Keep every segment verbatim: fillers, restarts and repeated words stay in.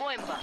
Coimba.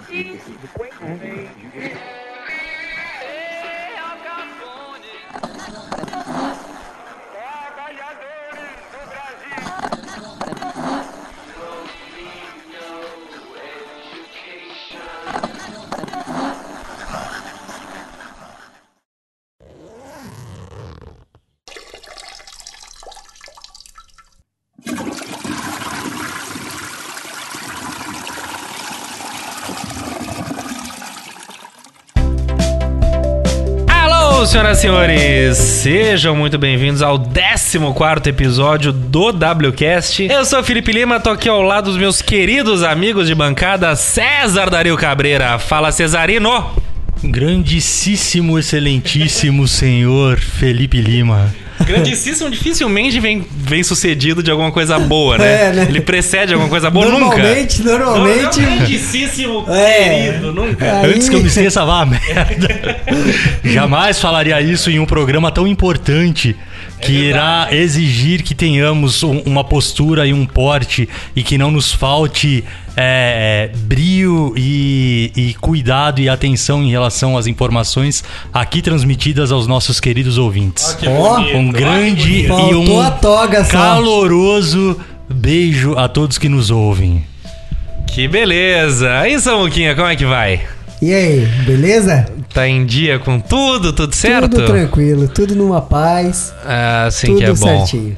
Senhoras e senhores, sejam muito bem-vindos ao décimo quarto episódio do WCast. Eu sou o Felipe Lima, tô aqui ao lado dos meus queridos amigos de bancada, César Dario Cabreira. Fala, Cesarino! Grandíssimo, excelentíssimo senhor Felipe Lima. Grandíssimo dificilmente vem, vem sucedido de alguma coisa boa, né? É, né? Ele precede alguma coisa boa normalmente, nunca. Normalmente, normalmente. Grandíssimo, é, querido, nunca. Aí... Antes que eu me esqueça, vá, merda. Jamais falaria isso em um programa tão importante que é irá exigir que tenhamos um, uma postura e um porte e que não nos falte é, brio e, e cuidado e atenção em relação às informações aqui transmitidas aos nossos queridos ouvintes. Oh, um grande e um a toga, caloroso beijo a todos que nos ouvem. Que beleza! E Samuquinha, como é que vai? E aí, beleza? Tá em dia com tudo, tudo certo? Tudo tranquilo, tudo numa paz. Ah, sim, tudo que é bom. Certinho.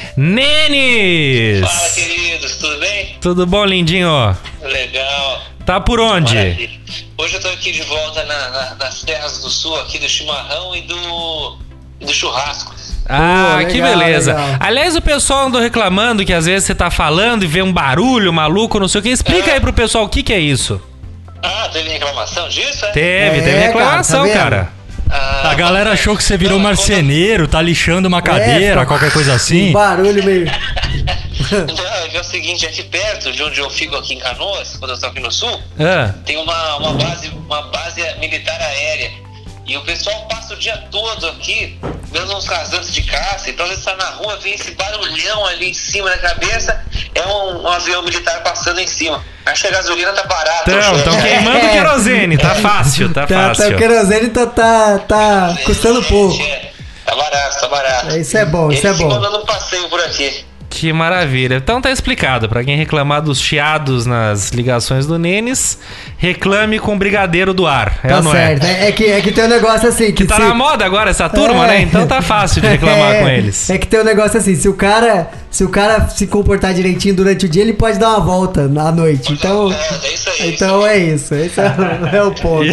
Nenes! Fala, queridos, tudo bem? Tudo bom, lindinho? Legal. Tá por onde? Maravilha. Hoje eu tô aqui de volta na, na, nas terras do sul, aqui do chimarrão e do, e do churrasco. Ah, Pô, que legal, beleza. legal. Aliás, o pessoal andou reclamando que às vezes você tá falando e vê um barulho maluco, não sei o que. Explica É. aí pro pessoal o que que é isso. Ah, teve reclamação disso, é? Teve, É, teve reclamação, cara, tá cara. Ah, A galera achou que você virou não, marceneiro, tá lixando uma cadeira, É, qualquer coisa assim. Um barulho meio... Não, é o seguinte, aqui perto de onde eu fico aqui em Canoas, quando eu estou aqui no sul, Ah, tem uma, uma, base, uma base militar aérea. E o pessoal passa o dia todo aqui, dando uns casantes de caça, então às vezes tá na rua, vem esse barulhão ali em cima da cabeça, é um, um avião militar passando em cima. Acho que a gasolina tá barata. Tão, gente. tão queimando É. querosene, tá fácil, tá Tá, tá, fácil. o querosene tá, tá, tá custando Gente, pouco. é. Tá barato, tá barato. Isso é bom, isso é Eles ficam bom. dando um passeio por aqui. Que maravilha. Então tá explicado. Pra quem reclamar dos chiados nas ligações do Nenes, reclame com o brigadeiro do ar. É Tá ou não certo. é? É, é que, é que tem um negócio assim... Que, Que tá se... na moda agora essa turma, É. né? Então tá fácil de reclamar É, com eles. É que tem um negócio assim, se o cara se o cara se comportar direitinho durante o dia, ele pode dar uma volta à noite. Então, É, é isso aí. então é isso. Esse é, o- é o ponto.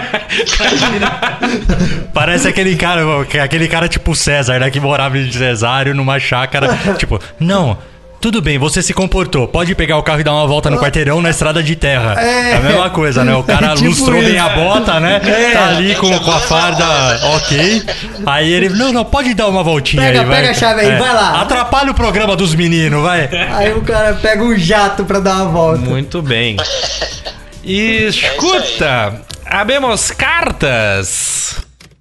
Parece aquele cara, aquele cara tipo César, né? Que morava em Cesário numa chácara. Tipo, não, tudo bem, você se comportou. Pode pegar o carro e dar uma volta no quarteirão na estrada de terra. É. É a mesma coisa, né? O cara É tipo lustrou isso. bem a bota, né? É. Tá ali com, com a farda ok. Aí ele, não, não, pode dar uma voltinha Pega- aí, vai. pega a chave aí, vai lá. Atrapalha o programa dos meninos, vai. Aí o cara pega um jato pra dar uma volta. Muito bem. E escuta, abemos cartas.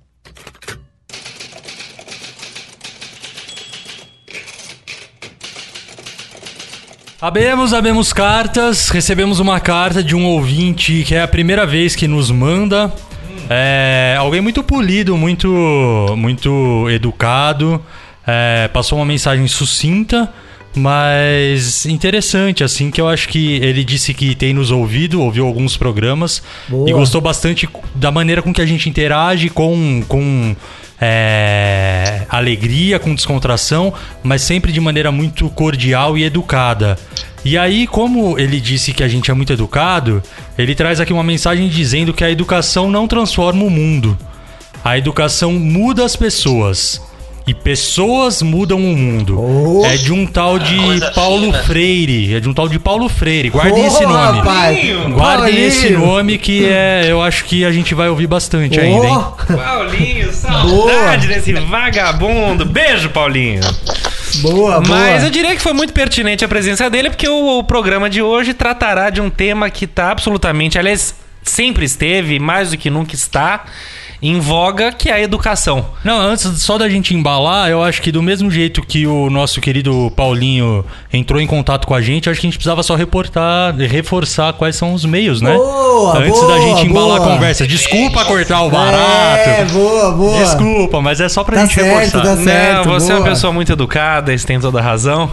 Abemos, abemos cartas. Recebemos uma carta de um ouvinte que é a primeira vez que nos manda. É alguém muito polido, muito, muito educado. É, passou uma mensagem sucinta, mas interessante, assim, que eu acho que ele disse que tem nos ouvido, ouviu alguns programas. Boa. E gostou bastante da maneira com que a gente interage com... com é, alegria, com descontração, mas sempre de maneira muito cordial e educada. E aí, como ele disse que a gente é muito educado, ele traz aqui uma mensagem dizendo que a educação não transforma o mundo. A educação muda as pessoas. E pessoas mudam o mundo. Oh. É de um tal de Coisa Paulo fina. Freire. É de um tal de Paulo Freire. Guardem Oh, esse nome. rapaz. Guardem Paulinho. esse nome que é, eu acho que a gente vai ouvir bastante ainda, hein? Oh, Paulinho, saudade desse vagabundo. Beijo, Paulinho. boa, boa. Mas eu diria que foi muito pertinente a presença dele, porque o, o programa de hoje tratará de um tema que tá absolutamente, aliás, sempre esteve, mais do que nunca está, em voga, que é a educação. Não, antes só da gente embalar, eu acho que do mesmo jeito que o nosso querido Paulinho entrou em contato com a gente, eu acho que a gente precisava só reportar, reforçar quais são os meios, né? Boa, antes boa, da gente embalar boa. a conversa. Desculpa cortar o barato. É, boa, boa. Desculpa, mas é só pra Tá gente certo, reforçar. tá certo. Não, você é uma boa. pessoa muito educada, você tem toda a razão.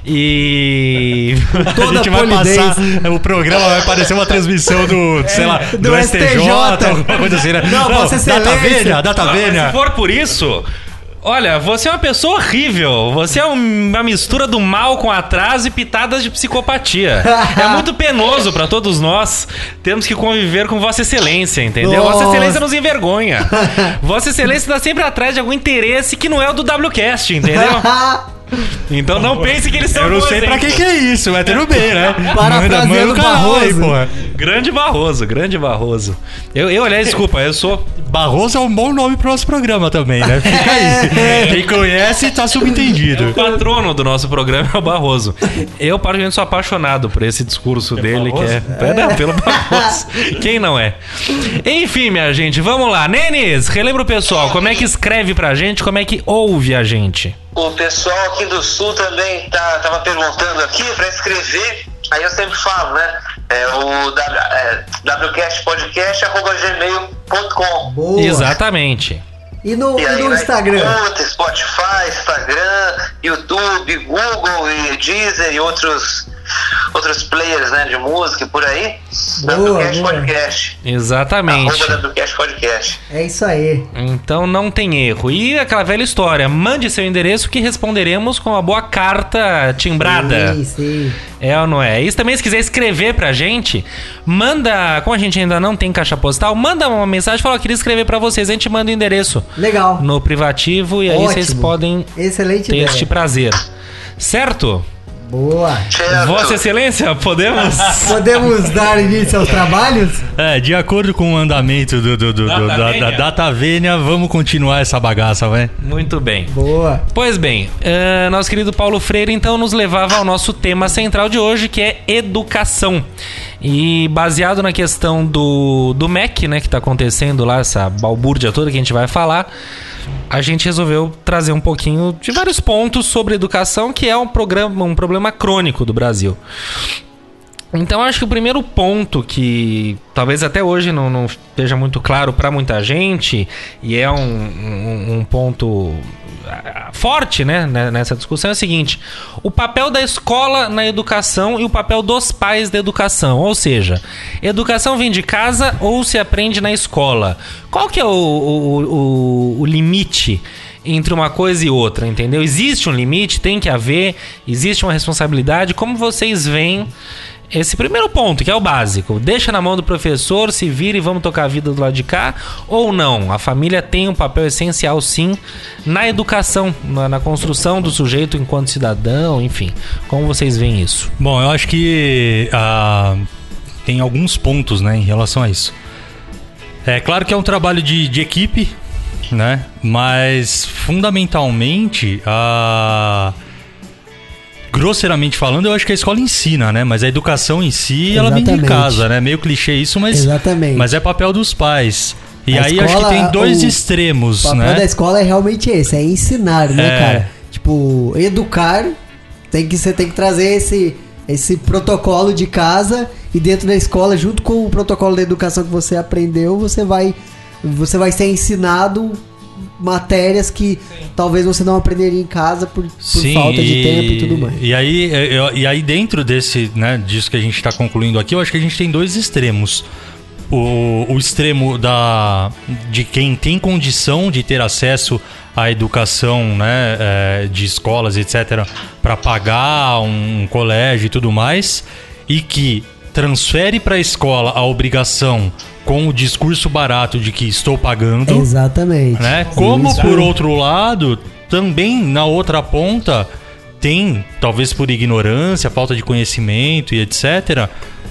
E Toda a gente vai polidez. passar, o programa vai parecer uma transmissão do, sei lá, do, do S T J, S T J. alguma coisa assim, né? Não, Vossa Data Excelência. Vênia, Data Mas Vênia. se for por isso, olha, você é uma pessoa horrível. Você é um- uma mistura do mal com atraso e pitadas de psicopatia. É muito penoso pra todos nós. Temos que conviver com Vossa Excelência, entendeu? Nossa. Vossa Excelência nos envergonha. Vossa Excelência tá sempre atrás de algum interesse que não é o do WCast, entendeu? Então não pense que eles são Eu não bons sei pra que exemplos. que é isso, mas tudo bem, né? Parafraseando Manda- manda o canal Barroso. aí, porra. Grande Barroso, grande Barroso. Eu, eu, aliás, desculpa, eu sou... Barroso é um bom nome pro nosso programa também, né? Fica aí. Quem conhece tá subentendido. O patrono do nosso programa é o Barroso. Eu, particularmente, sou apaixonado por esse discurso dele, que é... é. Não, pelo Barroso. Quem não é? Enfim, minha gente, vamos lá. Nenes, relembra o pessoal, como é que escreve pra gente, como é que ouve a gente? O pessoal aqui do Sul também tá, tava perguntando aqui para escrever. Aí eu sempre falo, né? É o w, é, wcastpodcast arroba gmail ponto com. Boa. Exatamente. E no, E e aí no vai Instagram? Twitter, Spotify, Instagram, YouTube, Google e Deezer e outros, outros players, né, de música e por aí. Boa, WCast boa. Podcast. Exatamente. Arroba WCast Podcast. É isso aí. Então não tem erro. E aquela velha história, mande seu endereço que responderemos com uma boa carta timbrada. Sim, sim. É ou não é? Isso também, se quiser escrever pra gente, manda, como a gente ainda não tem caixa postal, manda uma mensagem e fala, eu queria escrever pra vocês, a gente manda o endereço Legal. no privativo e aí Ótimo. vocês podem Excelente ter ideia. este prazer. Certo? Boa. Certo. Vossa Excelência, podemos? Podemos dar início aos trabalhos? É, de acordo com o andamento do, do, do, do- Data da, da Vênia. Data Vênia, vamos continuar essa bagaça, vai? Muito bem. Boa. Pois bem, eh, nosso querido Paulo Freire então nos levava ao nosso tema central de hoje, que é educação. E baseado na questão do, do M E C, né, que está acontecendo lá, essa balbúrdia toda que a gente vai falar, a gente resolveu trazer um pouquinho de vários pontos sobre educação, que é um, programa, um problema crônico do Brasil. Então, acho que o primeiro ponto que talvez até hoje não, não esteja muito claro para muita gente, e é um, um, um ponto ah, forte, né, nessa discussão, é o seguinte: o papel da escola na educação e o papel dos pais da educação. Ou seja, educação vem de casa ou se aprende na escola? Qual que é o, o, o, o limite entre uma coisa e outra, entendeu? Existe um limite, tem que haver, existe uma responsabilidade. Como vocês veem esse primeiro ponto, que é o básico? Deixa na mão do professor, se vira e vamos tocar a vida do lado de cá, ou não? A família tem um papel essencial, sim, na educação, na, na construção do sujeito enquanto cidadão, enfim. Como vocês veem isso? Bom, eu acho que ah, tem alguns pontos, né, em relação a isso. É claro que é um trabalho de, de equipe, né? Mas fundamentalmente, a... grosseiramente falando, eu acho que a escola ensina, né? Mas a educação em si, ela vem de Exatamente. casa, né? Meio clichê isso, mas, Exatamente. mas é papel dos pais. E A aí acho que escola, tem dois o extremos, O papel né? da escola é realmente esse, é ensinar, né, É. cara? Tipo, educar, tem que, você tem que trazer esse, esse protocolo de casa e dentro da escola, junto com o protocolo da educação que você aprendeu, você vai, você vai ser ensinado matérias que talvez você não aprenderia em casa por, por falta de e- tempo e tudo mais. E aí, é, eu- e aí dentro desse, né, disso que a gente está concluindo aqui, eu acho que a gente tem dois extremos. O, o extremo da, de quem tem condição de ter acesso à educação, né, é, de escolas, etcétera, para pagar um, um colégio e tudo mais, e que transfere para a escola a obrigação com o discurso barato de que estou pagando, Exatamente. né? Como Isso. por outro lado, também na outra ponta tem, talvez por ignorância, falta de conhecimento e etcétera,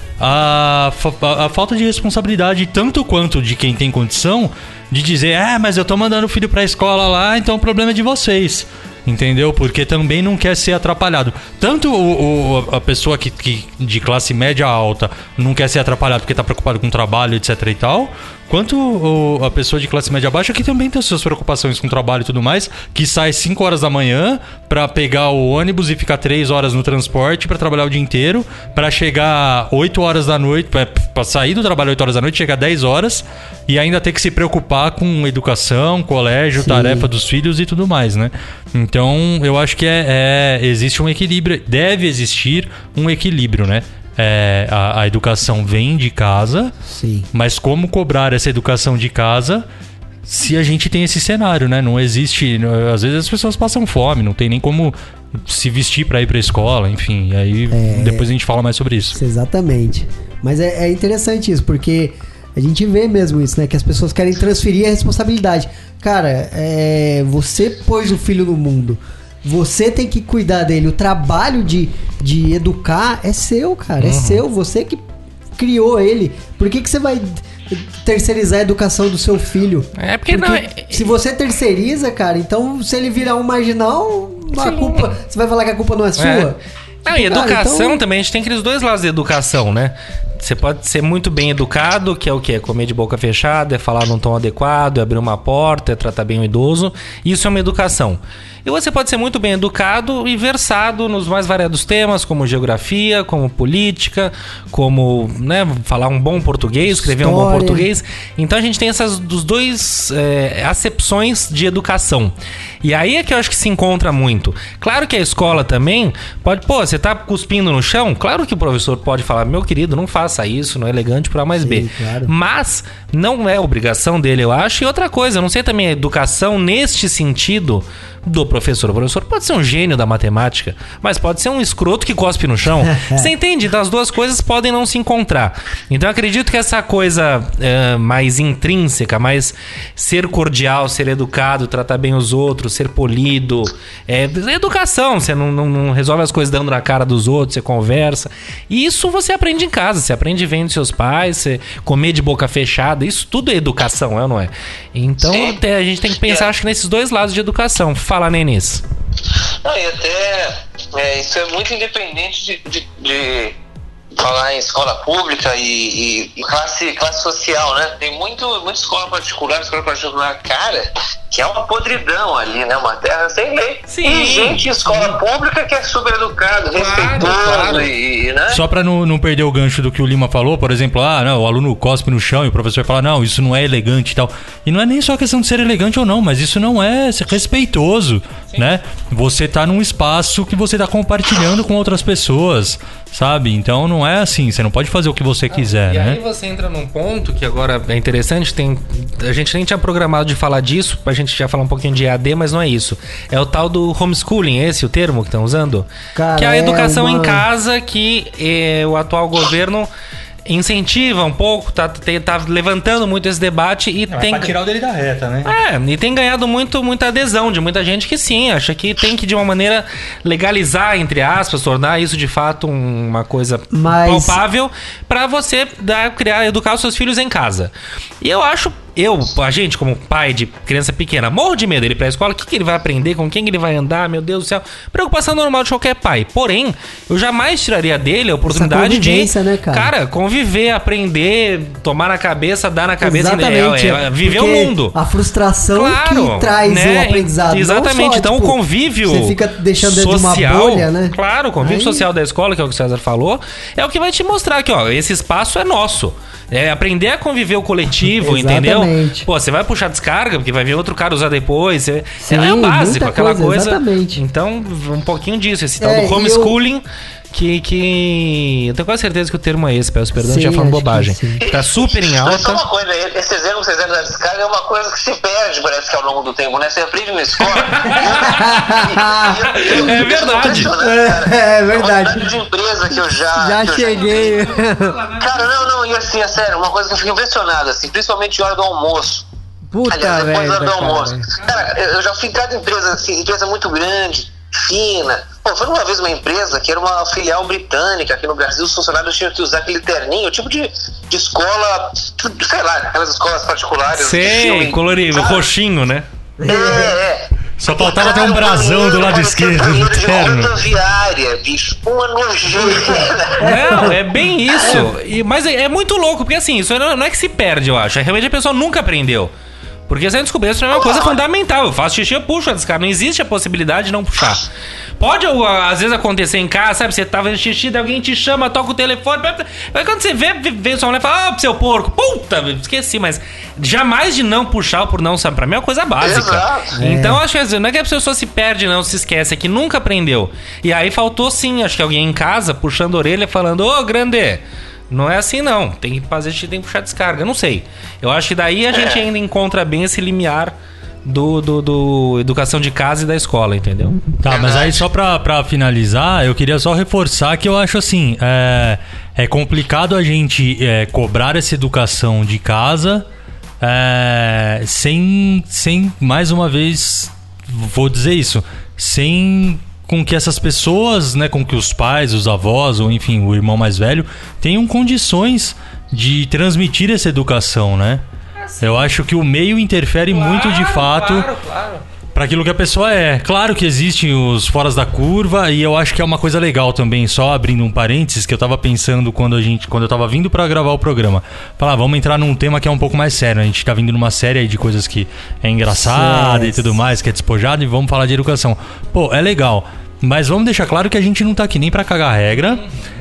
a, fa- a, a falta de responsabilidade tanto quanto de quem tem condição de dizer, ah, mas eu tô mandando o filho pra escola lá, então o problema é de vocês. Entendeu? Porque também não quer ser atrapalhado. Tanto o, o- a pessoa que, que de classe média alta não quer ser atrapalhado porque tá preocupado com o trabalho, etc e tal, quanto o, a pessoa de classe média baixa que também tem as suas preocupações com o trabalho e tudo mais, que sai cinco horas da manhã pra pegar o ônibus e ficar três horas no transporte pra trabalhar o dia inteiro, pra chegar oito horas da noite, pra, pra sair do trabalho oito horas da noite, chegar dez horas e ainda ter que se preocupar com educação, colégio, Sim. tarefa dos filhos e tudo mais, né? Então, eu acho que é, é, existe um equilíbrio, deve existir um equilíbrio, né? É, a, a educação vem de casa, Sim. mas como cobrar essa educação de casa se a gente tem esse cenário, né? Não existe... Às vezes as pessoas passam fome, não tem nem como se vestir pra ir pra escola, enfim. E aí É. depois a gente fala mais sobre isso. Exatamente. Mas é, é interessante isso, porque a gente vê mesmo isso, né? Que as pessoas querem transferir a responsabilidade. Cara, é, você pôs o filho no mundo. Você tem que cuidar dele. O trabalho de, de educar é seu, cara. Uhum. É seu. Você que criou ele. Por que, que você vai terceirizar a educação do seu filho? É porque, não... É... Se você terceiriza, cara, então se ele virar um marginal, a Sim. culpa... Você vai falar que a culpa não é sua? É. Não, e Cara, educação então- também, a gente tem aqueles dois lados da educação, né? Você pode ser muito bem educado, que é o quê? É comer de boca fechada, é falar num tom adequado, é abrir uma porta, é tratar bem o idoso. Isso é uma educação. E você pode ser muito bem educado e versado nos mais variados temas, como geografia, como política, como, né, falar um bom português, escrever um bom História. português. Então a gente tem essas dos dois é, acepções de educação. E aí é que eu acho que se encontra muito. Claro que a escola também pode... Pô, você tá cuspindo no chão? Claro que o professor pode falar, meu querido, não faça isso, não é elegante para A mais B. Sim, claro. Mas não é obrigação dele, eu acho. E outra coisa, eu não sei também a educação neste sentido do professor. O professor pode ser um gênio da matemática, mas pode ser um escroto que cospe no chão. Você entende? Então as duas coisas podem não se encontrar. Então eu acredito que essa coisa é, mais intrínseca, mais ser cordial, ser educado, tratar bem os outros, ser polido, é educação. Você não, não, não resolve as coisas dando na cara dos outros, você conversa. E isso você aprende em casa, você aprende vendo seus pais, você comer de boca fechada, isso tudo é educação, é ou não é? Então Sim. até a gente tem que pensar, acho que nesses dois lados de educação. Fala, Nenis. Não, e até é, isso é muito independente de, de, de falar em escola pública e, e, e classe, classe social, né? Tem muito, muita escola particular, escola particular cara, que é uma podridão ali, né? Uma terra sem lei. Sim. E gente em escola pública que é super educado, Claro, respeitoso claro. e, né? Só pra não, não perder o gancho do que o Lima falou, por exemplo, ah, não, o aluno cospe no chão e o professor fala, não, isso não é elegante e tal. E não é nem só questão de ser elegante ou não, mas isso não é ser respeitoso, né? Você tá num espaço que você tá compartilhando com outras pessoas, sabe? Então não é assim, você não pode fazer o que você quiser, E né? aí você entra num ponto que agora é interessante, tem, a gente nem tinha programado de falar disso, a gente já falar um pouquinho de E A D, mas não é isso. É o tal do homeschooling, esse o termo que estão usando? Cara, que é a é educação uma- em casa que eh, o atual governo incentiva um pouco, tá, te- tá levantando muito esse debate e tem... o dele da reta, né? É, e tem ganhado muito, muita adesão de muita gente que sim, acha que tem que de uma maneira legalizar, entre aspas, tornar isso de fato um- uma coisa Mas- palpável pra você dar, criar, educar os seus filhos em casa. E eu acho, eu, a gente como pai de criança pequena, morro de medo dele ir pra escola, o que, que ele vai aprender, com quem ele vai andar, meu Deus do céu. Preocupação normal de qualquer pai. Porém, eu jamais tiraria dele a oportunidade de, convivência, né, cara? cara, conviver, aprender, tomar na cabeça, dar na cabeça, Exatamente. é, é, viver o porque mundo. A frustração Claro, que traz né? o aprendizado. Exatamente. Não só, Então tipo, o convívio você fica deixando dentro social, de uma bolha, né? Claro, o convívio Aí- social da escola, que é o que o César falou, é o que vai te mostrar que, ó, esse espaço é nosso. É aprender a conviver o coletivo, entendeu? Exatamente. Pô, você vai puxar descarga, porque vai vir outro cara usar depois. Você, Sim, é o básico, muita aquela coisa, coisa. exatamente. Então, um pouquinho disso, esse tal É, do e homeschooling. Que, que. Eu tenho quase certeza que o termo é esse, peço perdão, Sim, já falando acho que bobagem. sim. Tá super em Mas só alta. uma coisa, esse exemplo que vocês deram da descarga é uma coisa que se perde, parece que ao longo do tempo, né? Você aprende na escola. É verdade. É, é verdade. A quantidade de empresa que eu já. Já que eu cheguei. Cara, não, não, e assim, é sério, uma coisa que eu fico impressionado, assim, principalmente na hora do almoço. Puta Aliás, depois da hora do merda, almoço. cara. Cara, eu já fui em cada empresa, assim, empresa muito grande, fina. Pô, foi uma vez uma empresa que era uma filial britânica aqui no Brasil, os funcionários tinham que usar aquele terninho, tipo de, de escola, sei lá, aquelas escolas particulares. de Sei, filme. colorido, Cara, roxinho, né? É, é. Só faltava ter um brasão do lado esquerdo do terno. Rodoviária, bicho, uma nojeira. Não, é bem isso. E, mas é, é muito louco, porque assim, isso não, não é que se perde, eu acho. É realmente a pessoa nunca aprendeu. Porque se a gente descobrir, isso é uma coisa fundamental. Eu faço xixi, eu puxo a descarga. Não existe a possibilidade de não puxar. Pode, às vezes, acontecer em casa, sabe? Você tá fazendo xixi, daí alguém te chama, toca o telefone. Aí quando você vê, vê sua mulher e fala, ah, seu porco, puta, esqueci. Mas jamais de não puxar por não, sabe? Pra mim é uma coisa básica. Exato. Então, acho que não é que a pessoa se perde, não, se esquece, é que nunca aprendeu. E aí faltou, sim, acho que alguém em casa, puxando a orelha, falando, ô, oh, grande... Não é assim, não. Tem que fazer xixi, tem que puxar descarga. Não sei. Eu acho que daí a gente ainda encontra bem esse limiar do, do, do educação de casa e da escola, entendeu? Tá, mas aí só pra, pra finalizar, eu queria só reforçar que eu acho assim, é, é complicado a gente é, cobrar essa educação de casa é, sem, sem, mais uma vez, vou dizer isso, sem... com que essas pessoas, né, com que os pais, os avós, ou enfim, o irmão mais velho, tenham condições de transmitir essa educação, né? Eu acho que o meio interfere claro, muito de fato claro, claro. para aquilo que a pessoa é. Claro que existem os foras da curva e eu acho que é uma coisa legal também, só abrindo um parênteses, que eu tava pensando quando, a gente, quando eu tava vindo para gravar o programa. Falar, ah, vamos entrar num tema que é um pouco mais sério. A gente tá vindo numa série aí de coisas que é engraçada e tudo mais, que é despojado, e vamos falar de educação. Pô, é legal. Mas vamos deixar claro que a gente não tá aqui nem pra cagar regra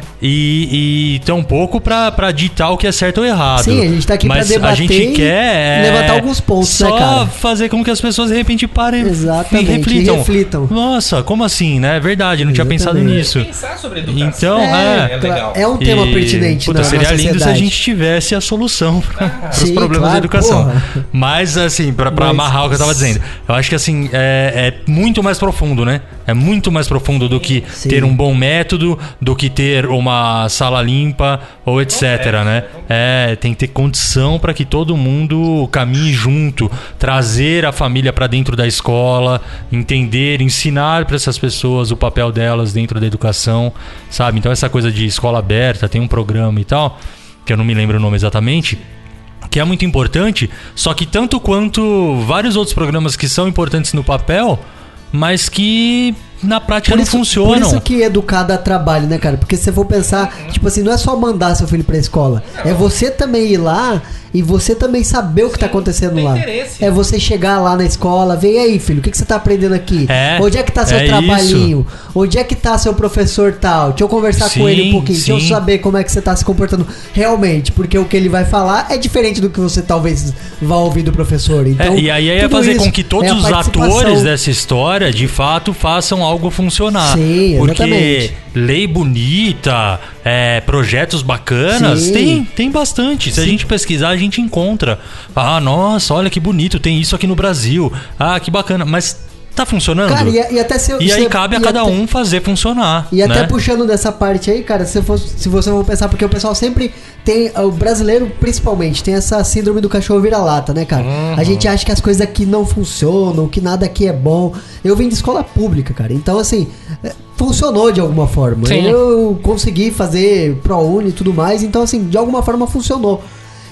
e, e tampouco pra, pra ditar o que é certo ou errado. Sim, a gente tá aqui mas pra debater a gente quer e levantar alguns pontos, só né, cara? fazer com que as pessoas de repente parem Exatamente, e reflitam. e reflitam. Nossa, como assim, né? É verdade, não Exatamente. tinha pensado nisso. Pensar sobre educação. Então, é, é, é legal. É um tema E, pertinente, puta, na seria nossa lindo se a sociedade. gente tivesse a solução para os Sim, problemas claro, da educação. porra. Mas, assim, pra, pra Mas- amarrar o que eu tava dizendo, eu acho que, assim, é, é muito mais profundo, né? É muito mais profundo do que Sim. ter um bom método, do que ter uma sala limpa, ou etc, né? É, tem que ter condição para que todo mundo caminhe junto, trazer a família para dentro da escola, entender, ensinar para essas pessoas o papel delas dentro da educação, sabe? Então essa coisa de escola aberta, tem um programa e tal, que eu não me lembro o nome exatamente, que é muito importante, só que tanto quanto vários outros programas que são importantes no papel, mas que na prática Por não isso, funcionam. por isso que educar dá trabalho, né, cara? Porque se você for pensar, tipo assim, não é só mandar seu filho pra escola. É você também ir lá e você também saber o que tá acontecendo tem lá. interesse. É você chegar lá na escola, ver, e aí, filho, o que, que você tá aprendendo aqui? É, Onde é que tá seu é trabalhinho? Onde é que tá seu professor tal? Deixa eu conversar Sim, com ele um pouquinho, deixa eu sim. saber como é que você tá se comportando realmente. Porque o que ele vai falar é diferente do que você talvez vá ouvir do professor. Então, É, e aí é tudo fazer isso com que todos é a os participação. atores dessa história, de fato, façam algo funcionar. Sim, porque exatamente. lei bonita, é, projetos bacanas, Sim. tem, tem bastante. Se a gente pesquisar, a gente encontra. Ah, nossa, olha que bonito, tem isso aqui no Brasil. Ah, que bacana. Mas tá funcionando? Cara, e, e até se E aí se- cabe a e cada até- um fazer funcionar. E até né? puxando dessa parte aí, cara, se, for, se você for pensar, porque o pessoal sempre tem, o brasileiro principalmente, tem essa síndrome do cachorro vira-lata, né, cara? Uhum. A gente acha que as coisas aqui não funcionam, que nada aqui é bom. Eu vim de escola pública, cara, então assim, é, funcionou de alguma forma. Sim. Eu consegui fazer ProUni e tudo mais, então assim, de alguma forma funcionou.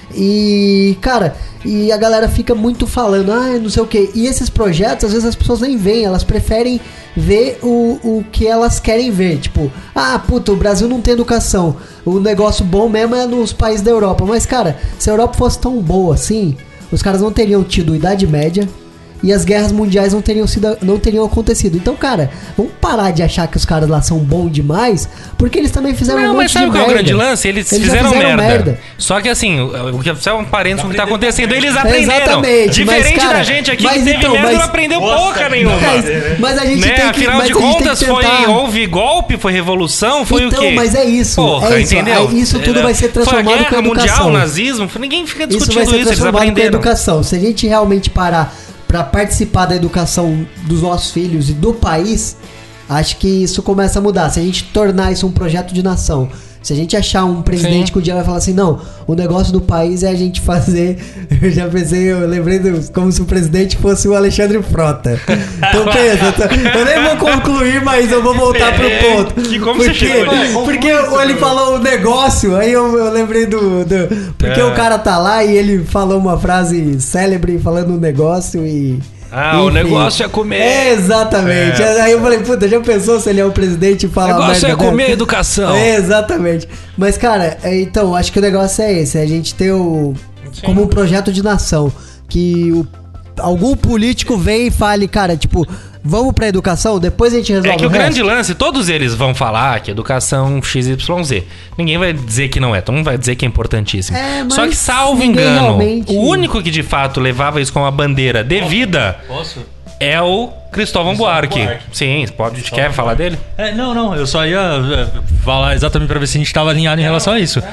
E, cara, e a galera fica muito falando, ah, não sei o que. E esses projetos, às vezes as pessoas nem veem, elas preferem ver o, o que elas querem ver. Tipo, ah, puta, o Brasil não tem educação. O negócio bom mesmo é nos países da Europa. Mas, cara, se a Europa fosse tão boa assim, os caras não teriam tido Idade Média e as guerras mundiais não teriam, sido, não teriam acontecido. Então, cara, vamos parar de achar que os caras lá são bons demais, porque eles também fizeram Não, um monte mas sabe de qual é o merda. grande lance? Eles, Eles já fizeram, fizeram merda. merda. Só que assim, o o que é um parênteses com o que tá acontecendo, eles aprenderam. Exatamente, Diferente mas, cara, da gente aqui mas que teve então, merda e mas- não aprendeu Nossa, porra nenhuma. Mas, mas a gente Né? tem que, Afinal mas de a gente tem contas, que foi, tentar... houve golpe, foi revolução, foi então, o quê? mas é isso, Porra, é isso. entendeu? Aí isso tudo vai ser transformado foi a com guerra a educação. mundial, o nazismo, ninguém fica Isso discutindo vai isso, ser eles transformado com a aprenderam. educação. Se a gente realmente parar pra participar da educação dos nossos filhos e do país, acho que isso começa a mudar. Se a gente tornar isso um projeto de nação, se a gente achar um presidente Sim. que um dia vai falar assim, não, o negócio do país é a gente fazer... Eu já pensei, eu lembrei do, como se o presidente fosse o Alexandre Frota. Então pensa, eu nem vou concluir, mas eu vou voltar pro ponto. Que como porque, você chegou nisso? Porque ele falou o negócio, aí eu, eu lembrei do... do porque É. o cara tá lá e ele falou uma frase célebre falando um negócio e... Ah, Enfim. o negócio é comer. É, exatamente. É. Aí eu falei, puta, já pensou se ele é o presidente e fala O negócio merda é comer dessa? educação. É, exatamente. Mas, cara, é, então, acho que o negócio é esse. É a gente ter o... Sim. Como um projeto de nação. Que o, algum político vem e fale, cara, tipo... Vamos pra educação, depois a gente resolve É que o, o grande resto. lance, todos eles vão falar que educação X Y Z. Ninguém vai dizer que não é, todo mundo vai dizer que é importantíssimo. É, mas Só que, salvo ninguém engano, realmente- o único que de fato levava isso como uma bandeira devida Posso? é o Cristóvão Buarque. Buarque. Sim, pode, quer falar dele? É, não, não, eu só ia é, falar exatamente pra ver se a gente tava alinhado em relação a isso.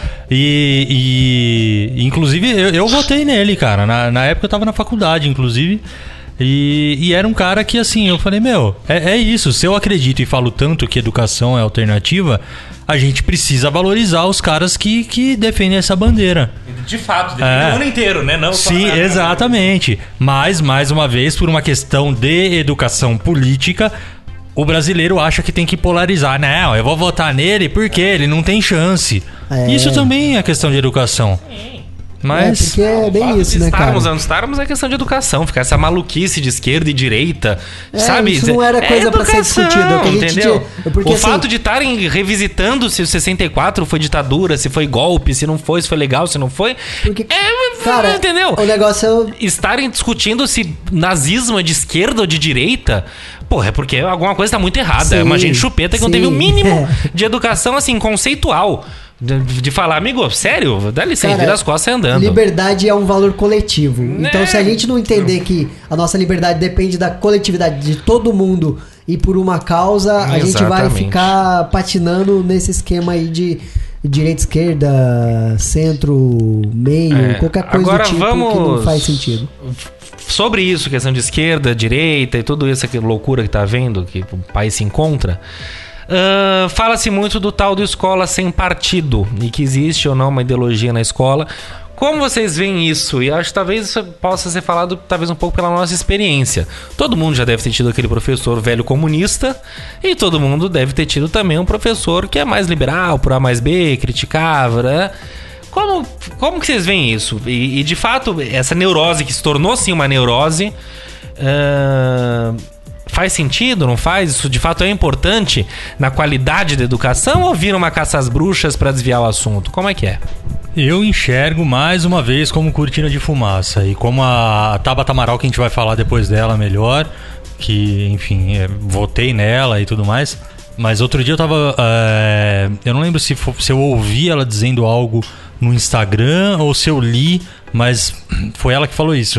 E, e inclusive, eu, eu votei nele, cara. Na, na época eu tava na faculdade, inclusive. E, e era um cara que, assim, eu falei, meu, é, é isso. Se eu acredito e falo tanto que educação é alternativa, a gente precisa valorizar os caras que, que defendem essa bandeira. De fato, defende É. o ano inteiro, né? Não Sim, exatamente. Mas, mais uma vez, por uma questão de educação política, o brasileiro acha que tem que polarizar. Não, eu vou votar nele porque ele não tem chance. É. Isso também é questão de educação. Mas... É, porque é bem fato isso, de né, cara? estarmos onde estarmos é questão de educação. Ficar essa maluquice de esquerda e direita, É, sabe? isso não era coisa pra ser educação, discutido, é o que a gente entendeu? tinha- porque, o assim- fato de estarem revisitando se o sessenta e quatro foi ditadura, se foi golpe, se não foi, se foi legal, se não foi... Porque, é, cara, entendeu? o negócio é... Estarem discutindo se nazismo é de esquerda ou de direita... Porra, é porque alguma coisa tá muito errada. Sim, é uma gente chupeta que não sim. teve o mínimo É. de educação, assim, conceitual. De, de falar, amigo, sério? Dá licença, Cara, vira as costas e andando. liberdade é um valor coletivo. Então, Né? se a gente não entender que a nossa liberdade depende da coletividade de todo mundo e por uma causa, a gente vai Exatamente. ficar patinando nesse esquema aí de direita, esquerda, centro, meio, É. qualquer coisa Agora do tipo vamos- que não faz sentido. Sobre isso, questão de esquerda, direita e tudo isso, aquela loucura que tá vendo, que o país se encontra, ah, fala-se muito do tal do escola sem partido e que existe ou não uma ideologia na escola. Como vocês veem isso? E acho que talvez isso possa ser falado talvez um pouco pela nossa experiência. Todo mundo já deve ter tido aquele professor velho comunista e todo mundo deve ter tido também um professor que é mais liberal, por A mais B, criticava, né? Como, como que vocês veem isso? E, e, de fato, essa neurose que se tornou sim uma neurose, ah, faz sentido, não faz? Isso de fato é importante na qualidade da educação ou vira uma caça às bruxas para desviar o assunto? Como é que é? Eu enxergo mais uma vez como cortina de fumaça. E como a Tabata Amaral, que a gente vai falar depois dela melhor, que, enfim, é, votei nela e tudo mais. Mas outro dia eu tava... É, eu não lembro se, for, se eu ouvi ela dizendo algo no Instagram ou se eu li, mas foi ela que falou isso.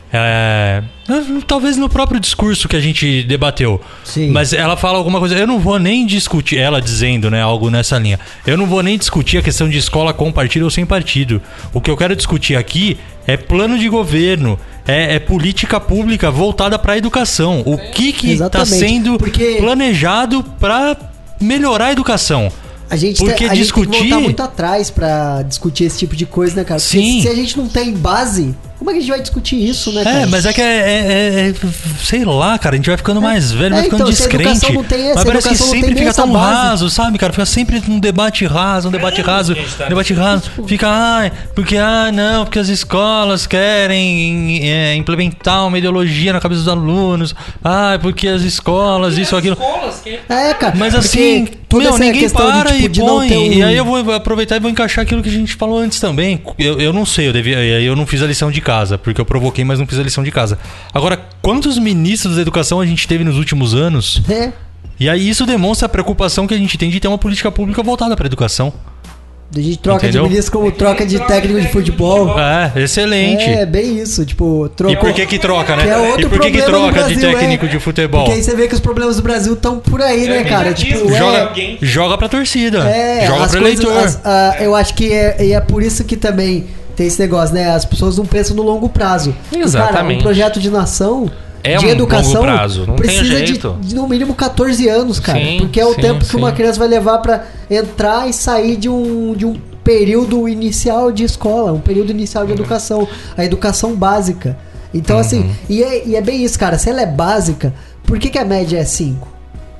É, talvez no próprio discurso que a gente debateu. Sim. Mas ela fala alguma coisa. Eu não vou nem discutir, ela dizendo, né, algo nessa linha. Eu não vou nem discutir a questão de escola com partido ou sem partido. O que eu quero discutir aqui é plano de governo, é, é política pública voltada para a educação. O que que está Exatamente, sendo porque- planejado para melhorar a educação? A gente, Porque te, a gente discutir- tem que voltar muito atrás pra discutir esse tipo de coisa, né, cara? Porque Sim. se a gente não tem base, como é que a gente vai discutir isso, né, cara? É, mas é que é, é- é- sei lá, cara, a gente vai ficando mais velho, vai É, ficando então, se a educação descrente. não tem essa, Mas a parece que educação não sempre tem nem fica essa tão base. raso, sabe, cara? Fica sempre um debate raso, um debate raso, tá um debate raso. Fica, ai, porque, ah, não, porque as escolas querem é, implementar uma ideologia na cabeça dos alunos. Ah, porque as escolas, isso, aquilo. É, cara. Mas porque assim, toda meu, essa ninguém questão para de, tipo, e de não põe. ter um... E aí eu vou aproveitar e vou encaixar aquilo que a gente falou antes também. Eu, eu não sei, eu, devia, eu não fiz a lição de casa, porque eu provoquei, mas não fiz a lição de casa. Agora, quantos ministros da educação a gente teve nos últimos anos? É, E aí isso demonstra a preocupação que a gente tem de ter uma política pública voltada para a educação. a gente troca Entendeu? de ministro como troca de técnico de futebol. É, excelente. É, bem isso, tipo, E trocou... por que que troca, né? Que é outro e por que que problema no troca de Brasil, técnico é. de futebol? Porque aí você vê que os problemas do Brasil estão por aí, né, cara? Tipo, Joga, é... joga pra torcida, É, joga as pro coisas- eleitor. as- ah, eu acho que é, e é por isso que também tem esse negócio, né? As pessoas não pensam no longo prazo. E, cara, Exatamente. um projeto de nação, É de um educação, longo prazo, não tem precisa de, jeito. de no mínimo catorze anos, cara. Sim, porque é o sim, tempo que sim. uma criança vai levar pra entrar e sair de um, de um período inicial de escola, um período inicial de educação, a educação básica. Então, Uhum. assim, e é, e é bem isso, cara. Se ela é básica, por que, que a média é cinco?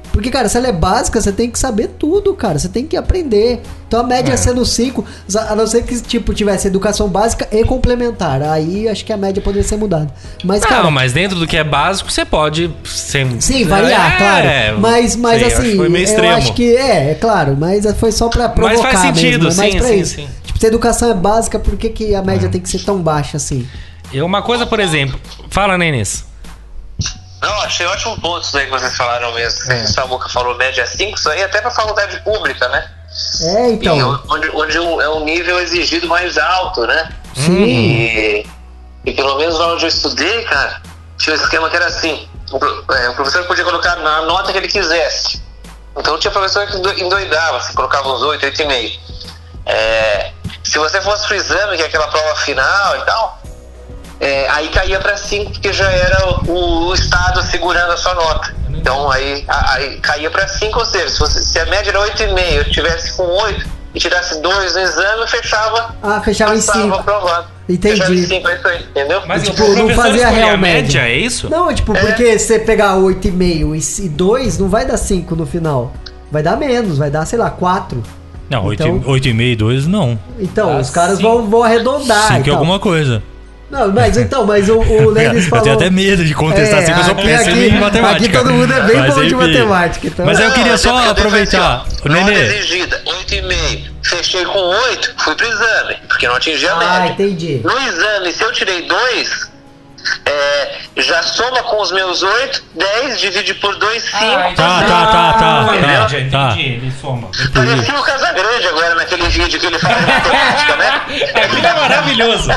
Porque, cara, se ela é básica, você tem que saber tudo, cara. Você tem que aprender. Então a média é. sendo cinco, a não ser que, tipo, tivesse educação básica e complementar. Aí acho que a média poderia ser mudada. Mas, não, cara, mas dentro do que é básico, você pode... Ser... Sim, variar, é, claro. Mas, mas sei, assim, foi meio eu extremo. acho que é, é claro. Mas foi só pra provocar mas faz sentido, mesmo. É mais sim, pra sim, isso. sim. Tipo, se a educação é básica, por que, que a média tem que ser tão baixa assim? Eu, uma coisa, por exemplo... Fala, Nenis. Não, achei ótimo ponto isso aí que vocês falaram mesmo. É. O Samuca falou média cinco, isso aí até pra faculdade pública, né? É, então. E onde, onde é um nível exigido mais alto, né? Sim. E, e pelo menos lá onde eu estudei, cara, tinha um esquema que era assim: o, é, o professor podia colocar na nota que ele quisesse. Então tinha professor que endoidava, assim, colocava uns oito, oito e meio. É, se você fosse pro exame, que é aquela prova final e tal. É, aí caía para cinco, porque já era o, o Estado segurando a sua nota. Então aí, a, aí caía para cinco, ou seja, se, você, se a média era oito vírgula cinco, eu tivesse com oito e tirasse dois no exame, eu fechava. Ah, fechava em cinco. Aprovado. Entendi. Fechava em cinco, é isso aí, entendeu? Mas tipo, não fazia a real média, é isso? Não, tipo, é. Porque se você pegar oito vírgula cinco e dois, não vai dar cinco no final. Vai dar menos, vai dar, sei lá, quatro. Não, então, oito vírgula cinco e dois não. Então, ah, os caras vão, vão arredondar. cinco é alguma coisa. Não, mas então, mas o, o Lennis falou... Eu tenho até medo de contestar, assim, é, que eu sou péssimo em matemática. Aqui todo mundo é bem mas bom de matemática, então... Mas aí eu queria só eu aproveitar... Assim, ó, nota exigida, oito vírgula cinco. Fechei com oito, fui pro exame, porque não atingi a média. Ah, entendi. No exame, se eu tirei dois, é, já soma com os meus oito, dez, divide por dois, cinco. Ah, tá, tá, tá, tá, tá, entendi, tá. Ele soma. Parecia o Casagrande agora naquele vídeo que ele fala de matemática, né? Aquilo é maravilhoso.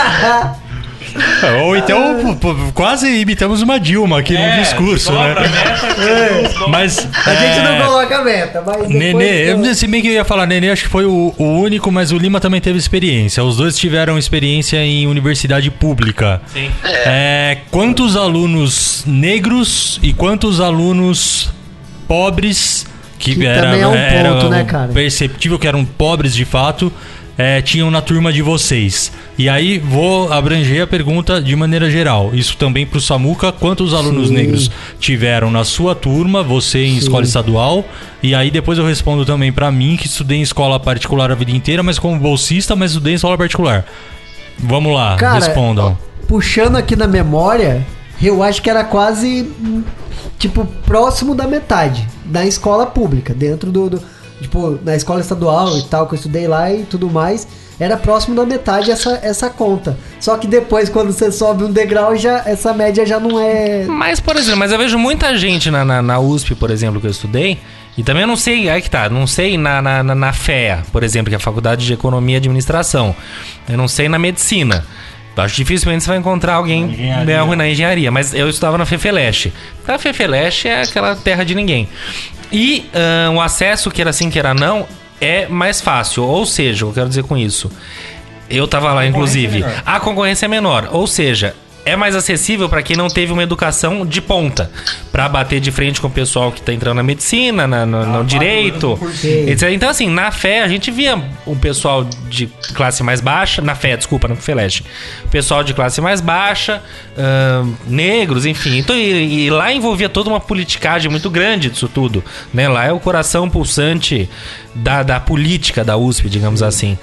Ou então quase imitamos uma Dilma aqui é, no discurso, né? É. Mas a é... gente não coloca a meta, mas Nenê, eu... se bem que eu ia falar, Nenê acho que foi o, o único, mas o Lima também teve experiência. Os dois tiveram experiência em universidade pública. Sim. É, quantos alunos negros e quantos alunos pobres que, que era, é um era ponto, né, cara? Perceptível que eram pobres de fato. É, tinham na turma de vocês. E aí vou abranger a pergunta de maneira geral. Isso também pro Samuca. Quantos alunos Sim. negros tiveram na sua turma, você em Sim. escola estadual? E aí depois eu respondo também pra mim, que estudei em escola particular a vida inteira, mas como bolsista, mas estudei em escola particular. Vamos lá, Cara, respondam. Puxando aqui na memória, eu acho que era quase tipo próximo da metade da escola pública, dentro do... do tipo, na escola estadual e tal, que eu estudei lá e tudo mais, era próximo da metade essa, essa conta. Só que depois, quando você sobe um degrau, já, essa média já não é... Mas, por exemplo, mas eu vejo muita gente na, na, na U S P, por exemplo, que eu estudei, e também eu não sei, aí que tá, não sei na, na, na F E A, por exemplo, que é a Faculdade de Economia e Administração. Eu não sei na Medicina. Eu acho dificilmente você vai encontrar alguém bem ruim na engenharia, mas eu estudava na FEFELESH. A FEFELESH é aquela terra de ninguém. E uh, o acesso, que era sim, que era não, é mais fácil. Ou seja, o que eu quero dizer com isso? Eu tava lá, inclusive. É a concorrência é menor. Ou seja, é mais acessível para quem não teve uma educação de ponta, para bater de frente com o pessoal que tá entrando na medicina, na, no, ah, no direito, etcétera. Então, assim, na F E a gente via um pessoal de classe mais baixa, na F E, desculpa, na FEFELESH, pessoal de classe mais baixa, uh, negros, enfim. Então, e, e lá envolvia toda uma politicagem muito grande disso tudo, né? Lá é o coração pulsante da, da política da U S P, digamos assim.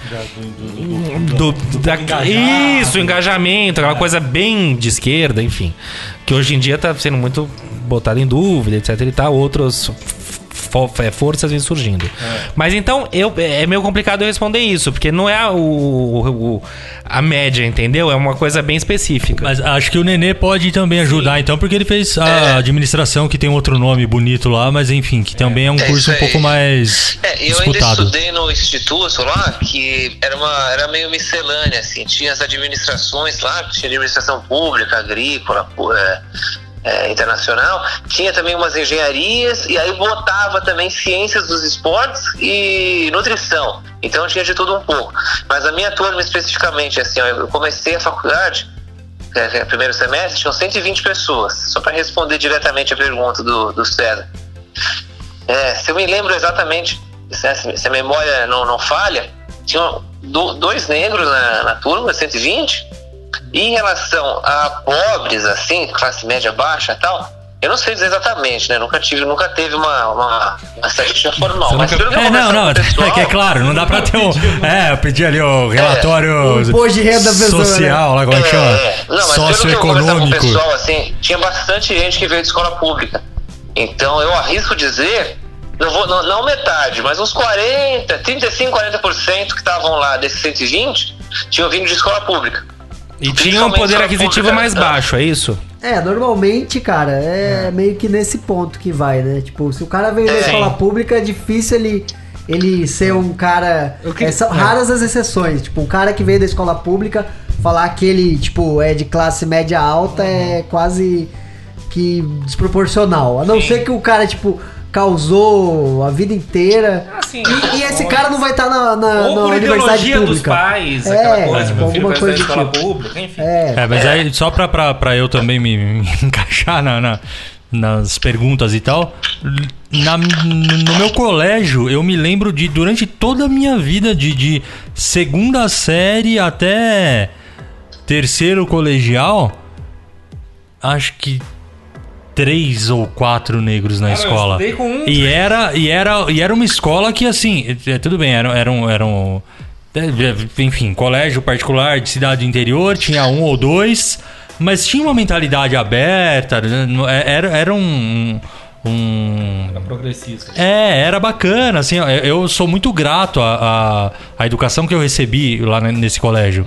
Do, do, da, isso, engajamento, aquela coisa bem de esquerda, enfim, que hoje em dia está sendo muito botado em dúvida, etc e tal, outras forças vêm surgindo. É. Mas então, eu, é meio complicado eu responder isso, porque não é o, o, a média, entendeu? É uma coisa bem específica. Mas acho que o Nenê pode também ajudar, Sim. então, porque ele fez a é. administração, que tem outro nome bonito lá, mas enfim, que também é um é curso um pouco mais é, eu disputado. Eu ainda estudei no instituto lá, que era, uma, era meio miscelânea, assim, tinha as administrações lá, tinha administração pública, agrícola, é, É, internacional, tinha também umas engenharias e aí botava também ciências dos esportes e nutrição, então tinha de tudo um pouco. Mas a minha turma especificamente, assim, ó, eu comecei a faculdade, é, primeiro semestre, tinham cento e vinte pessoas, só para responder diretamente a pergunta do, do César. É, se eu me lembro exatamente, se, se a memória não, não falha, tinham do, dois negros na, na turma, cento e vinte. E em relação a pobres, assim, classe média baixa e tal, Eu não sei dizer exatamente, né? Nunca tive, nunca teve uma, uma, uma estatística formal. Você Mas nunca... pelo que eu É, não, converso não, com o pessoal, é que é claro, não dá pra ter um... É, eu pedi ali o relatório O imposto de renda da pessoa, social, lá como é que chama? É, não, mas pelo que eu conversava com o Socioeconômico. pessoal, assim, tinha bastante gente que veio de escola pública. Então eu arrisco dizer, não, vou, não, não metade, mas uns quarenta, trinta e cinco, quarenta por cento que estavam lá desses cento e vinte tinham vindo de escola pública. E tinha um poder escola aquisitivo pública, mais tá? baixo, é isso? É, normalmente, cara, é, meio que nesse ponto que vai, né? Tipo, se o cara veio da É. escola pública, é difícil ele, ele ser um cara... Eu que- é, são é. raras as exceções. Tipo, um cara que veio da escola pública, falar que ele, tipo, é de classe média alta é quase que desproporcional. A não Sim. ser que o cara, tipo, causou a vida inteira. Ah, sim. E, e esse cara não vai estar na, na, Ou na por universidade ideologia dos pública. pais, É, aquela coisa, tipo, meu filho alguma vai coisa estudar do escola tipo. pública, enfim. É. É, mas aí, só pra, pra, pra eu também me, me encaixar na, na- nas perguntas e tal, na- no meu colégio, eu me lembro de, durante toda a minha vida, de, de segunda série até terceiro colegial, acho que três ou quatro negros na Cara, eu escola. estudei com um. E era, e, era, e era uma escola que, assim, é, tudo bem, era, era um... Era um é, enfim, colégio particular de cidade interior, tinha um ou dois, mas tinha uma mentalidade aberta, né? era, era um... um Era progressista. é, era bacana, assim, eu, eu sou muito grato à, à, à educação que eu recebi lá nesse colégio.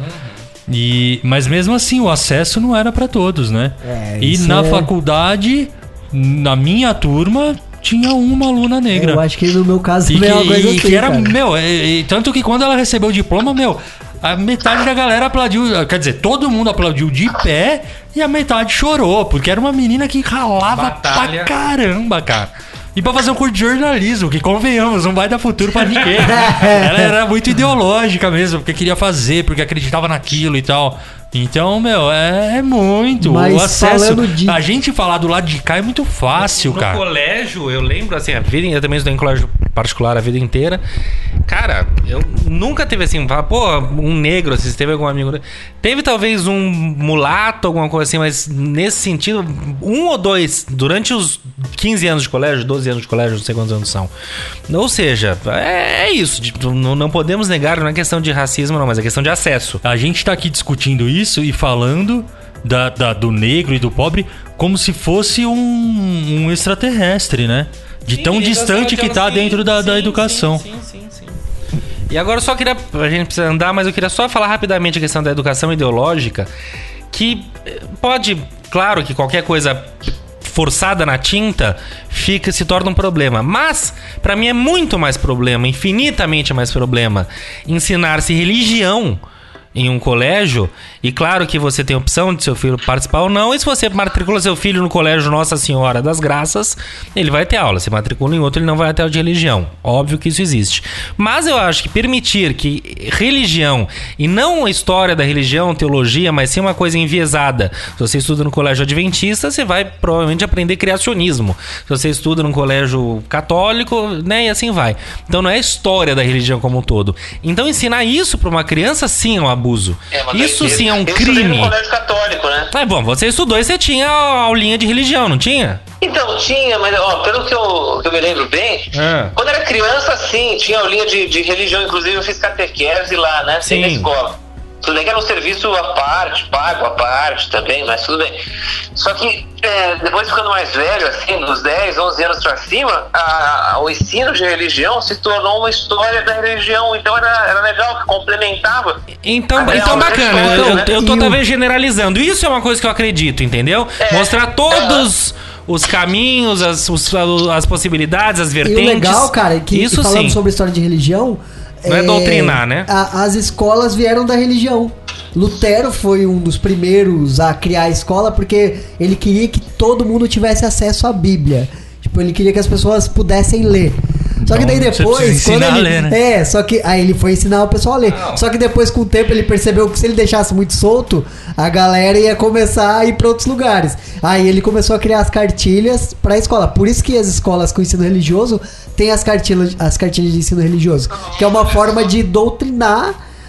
E, mas mesmo assim, o acesso não era pra todos, né? É, e isso na é- faculdade, na minha turma, tinha uma aluna negra. Eu acho que no meu caso E também é uma que, coisa e assim, que era, cara. meu, e, e tanto que quando ela recebeu o diploma, meu, a metade da galera aplaudiu, quer dizer, todo mundo aplaudiu de pé e a metade chorou, porque era uma menina que ralava Batalha. pra caramba, cara. E pra fazer um curso de jornalismo, que convenhamos, não vai dar futuro pra ninguém. Ela era muito ideológica mesmo, porque queria fazer, porque acreditava naquilo e tal. Então, meu, é, é muito. Mas o acesso. falando de- A gente falar do lado de cá é muito fácil, No cara. colégio, eu lembro, assim, a vida eu também estudei em colégio particular a vida inteira. Cara, eu nunca teve assim, falar, pô, um negro, assim, se teve algum amigo. Teve talvez um mulato, alguma coisa assim, mas nesse sentido, um ou dois, durante os quinze anos de colégio, doze anos de colégio, não sei quantos anos são. Ou seja, é, é isso. Tipo, não, não podemos negar, não é questão de racismo, não, mas é questão de acesso. A gente tá aqui discutindo isso e falando da, da- do negro e do pobre como se fosse um, um extraterrestre, né? De tão distante que tá dentro da, da educação. Sim, sim, sim, sim. E agora eu só queria, a gente precisa andar, mas eu queria só falar rapidamente a questão da educação ideológica, que eh, pode, claro que qualquer coisa forçada na tinta fica, se torna um problema, mas pra mim é muito mais problema, infinitamente mais problema, ensinar-se religião em um colégio, e claro que você tem a opção de seu filho participar ou não, e se você matricula seu filho no colégio Nossa Senhora das Graças, ele vai ter aula. Se matricula em outro, ele não vai ter aula de religião. Óbvio que isso existe. Mas eu acho que permitir que religião, e não a história da religião, teologia, mas sim uma coisa enviesada. Se você estuda no colégio adventista, você vai provavelmente aprender criacionismo. Se você estuda num colégio católico, né, e assim vai. Então não é a história da religião como um todo. Então ensinar isso para uma criança, sim, é um abuso. É uma Isso doideira. sim é um Eu estudei crime. no colégio católico, né? É bom, você estudou e você tinha a aulinha de religião, não tinha? Então, tinha, mas ó, pelo que eu, que eu me lembro bem, É. quando era criança, sim, tinha aulinha de, de religião, inclusive eu fiz catequese lá, né? Sim. Na escola. Tudo bem que era um serviço à parte, pago à parte também, mas tudo bem. Só que é, depois ficando mais velho, assim, dos dez, onze anos pra cima, a, a, o ensino de religião se tornou uma história da religião, então era, era legal, que complementava. Então, a então real bacana, história, eu, né? eu tô E o- talvez generalizando. Isso é uma coisa que eu acredito, entendeu? É. Mostrar todos os caminhos, as, os- as possibilidades, as E vertentes. o legal, cara, é que isso falando sim. sobre história de religião... Não é doutrinar, né? a- as escolas vieram da religião. Lutero foi um dos primeiros a criar a escola porque ele queria que todo mundo tivesse acesso à Bíblia. Tipo, ele queria que as pessoas pudessem ler. Só que Então, daí você depois, precisa quando ensinar ele, a ler, né? é, só que aí ele foi ensinar o pessoal a ler. Só que depois com o tempo ele percebeu que se ele deixasse muito solto, a galera ia começar a ir para outros lugares. Aí ele começou a criar as cartilhas para a escola. Por isso que as escolas com ensino religioso têm as cartilhas, as cartilhas de ensino religioso, que é uma forma de doutrinar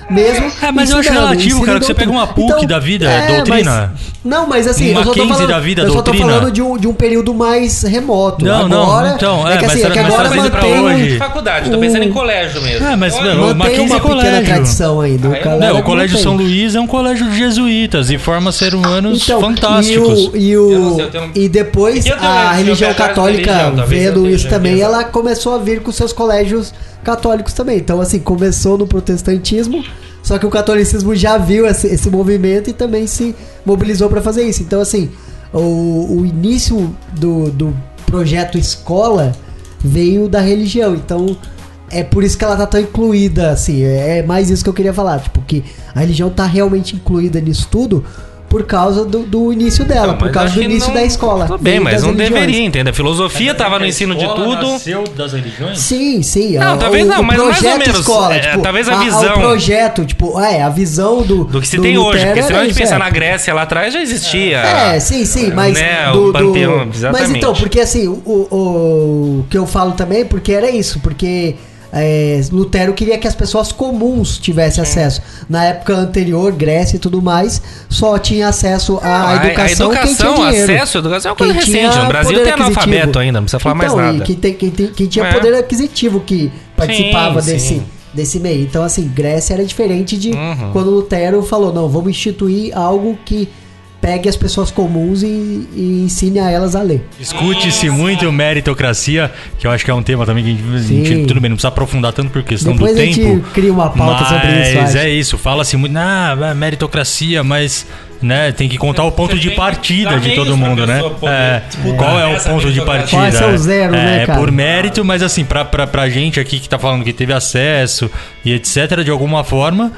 mesmo. É, mas eu acho ensinando, relativo, cara, que você pega uma P U C Então, da vida, é, doutrina. mas- não, mas assim, Uma eu só tô Mackenzie falando, da vida, eu só tô doutrina. falando de um, de um período mais remoto. Não, não, agora, então, é, é, que mas assim, é tra- que mas agora trazendo pra mantém, hoje. Faculdade, tô pensando em colégio mesmo. É, mas Olha, o mantém Mackenzie uma é pequena colégio. tradição ainda. Ah, o eu- galera Não, o Colégio mantém. São Luís é um colégio de jesuítas e forma seres humanos Então, fantásticos. E, o, e, Eu não o, sei, eu tenho- e depois Eu tenho a uma- religião eu tenho católica, religião, talvez eu vendo tenha, isso já também, tenha. ela começou a vir com seus colégios católicos também. Então, assim, começou no protestantismo, só que o catolicismo já viu esse, esse movimento e também se mobilizou para fazer isso. Então, assim, o, o início do, do projeto escola veio da religião. Então, é por isso que ela tá tão incluída, assim. É mais isso que eu queria falar. Tipo, que a religião tá realmente incluída nisso tudo por causa do, do início dela, Não, por mas causa acho do que início não- da escola. Tudo bem, veio mas das não religiões. deveria, entender. A filosofia tava no ensino de tudo. Nasceu das religiões? Sim, sim. Não, o- talvez o, não, o mas mais ou projeto menos, escola, é, tipo, talvez a a- visão- o projeto, tipo, é, a visão do Do que se do tem hoje. Lutero Porque se não a era gente isso, pensar é. na Grécia lá atrás, já existia. É, sim, sim, mas Né, do, o panteão, do- exatamente. Mas então, porque assim, o, o, o que eu falo também, porque era isso, porque é, Lutero queria que as pessoas comuns tivessem acesso. Na época anterior, Grécia e tudo mais, só tinha acesso à A- educação, a educação, quem tinha dinheiro. acesso à educação é uma coisa Quem recente. tinha No Brasil poder tem aquisitivo. analfabeto ainda, não precisa falar mais Então, nada. E quem, tem, quem, tem, quem tinha É. poder aquisitivo que participava Sim, desse, sim. desse meio. Então, assim, Grécia era diferente de Uhum. quando Lutero falou, não, vamos instituir algo que pegue as pessoas comuns e, e ensine a elas a ler. Discute-se muito meritocracia, que eu acho que é um tema também que a gente, Sim. tudo bem, não precisa aprofundar tanto por questão Depois do a gente tempo. cria uma pauta mas sobre isso, acho. é isso, fala-se muito, ah, meritocracia, mas né, tem que contar o ponto Você de tem que partida dar de meios todo pra mundo, né? pessoa poder É, disputar qual é o essa ponto de meritocracia. partida? Qual é o zero, é, né, é cara? por mérito, mas assim, pra, pra, pra gente aqui que tá falando que teve acesso e etc, de alguma forma,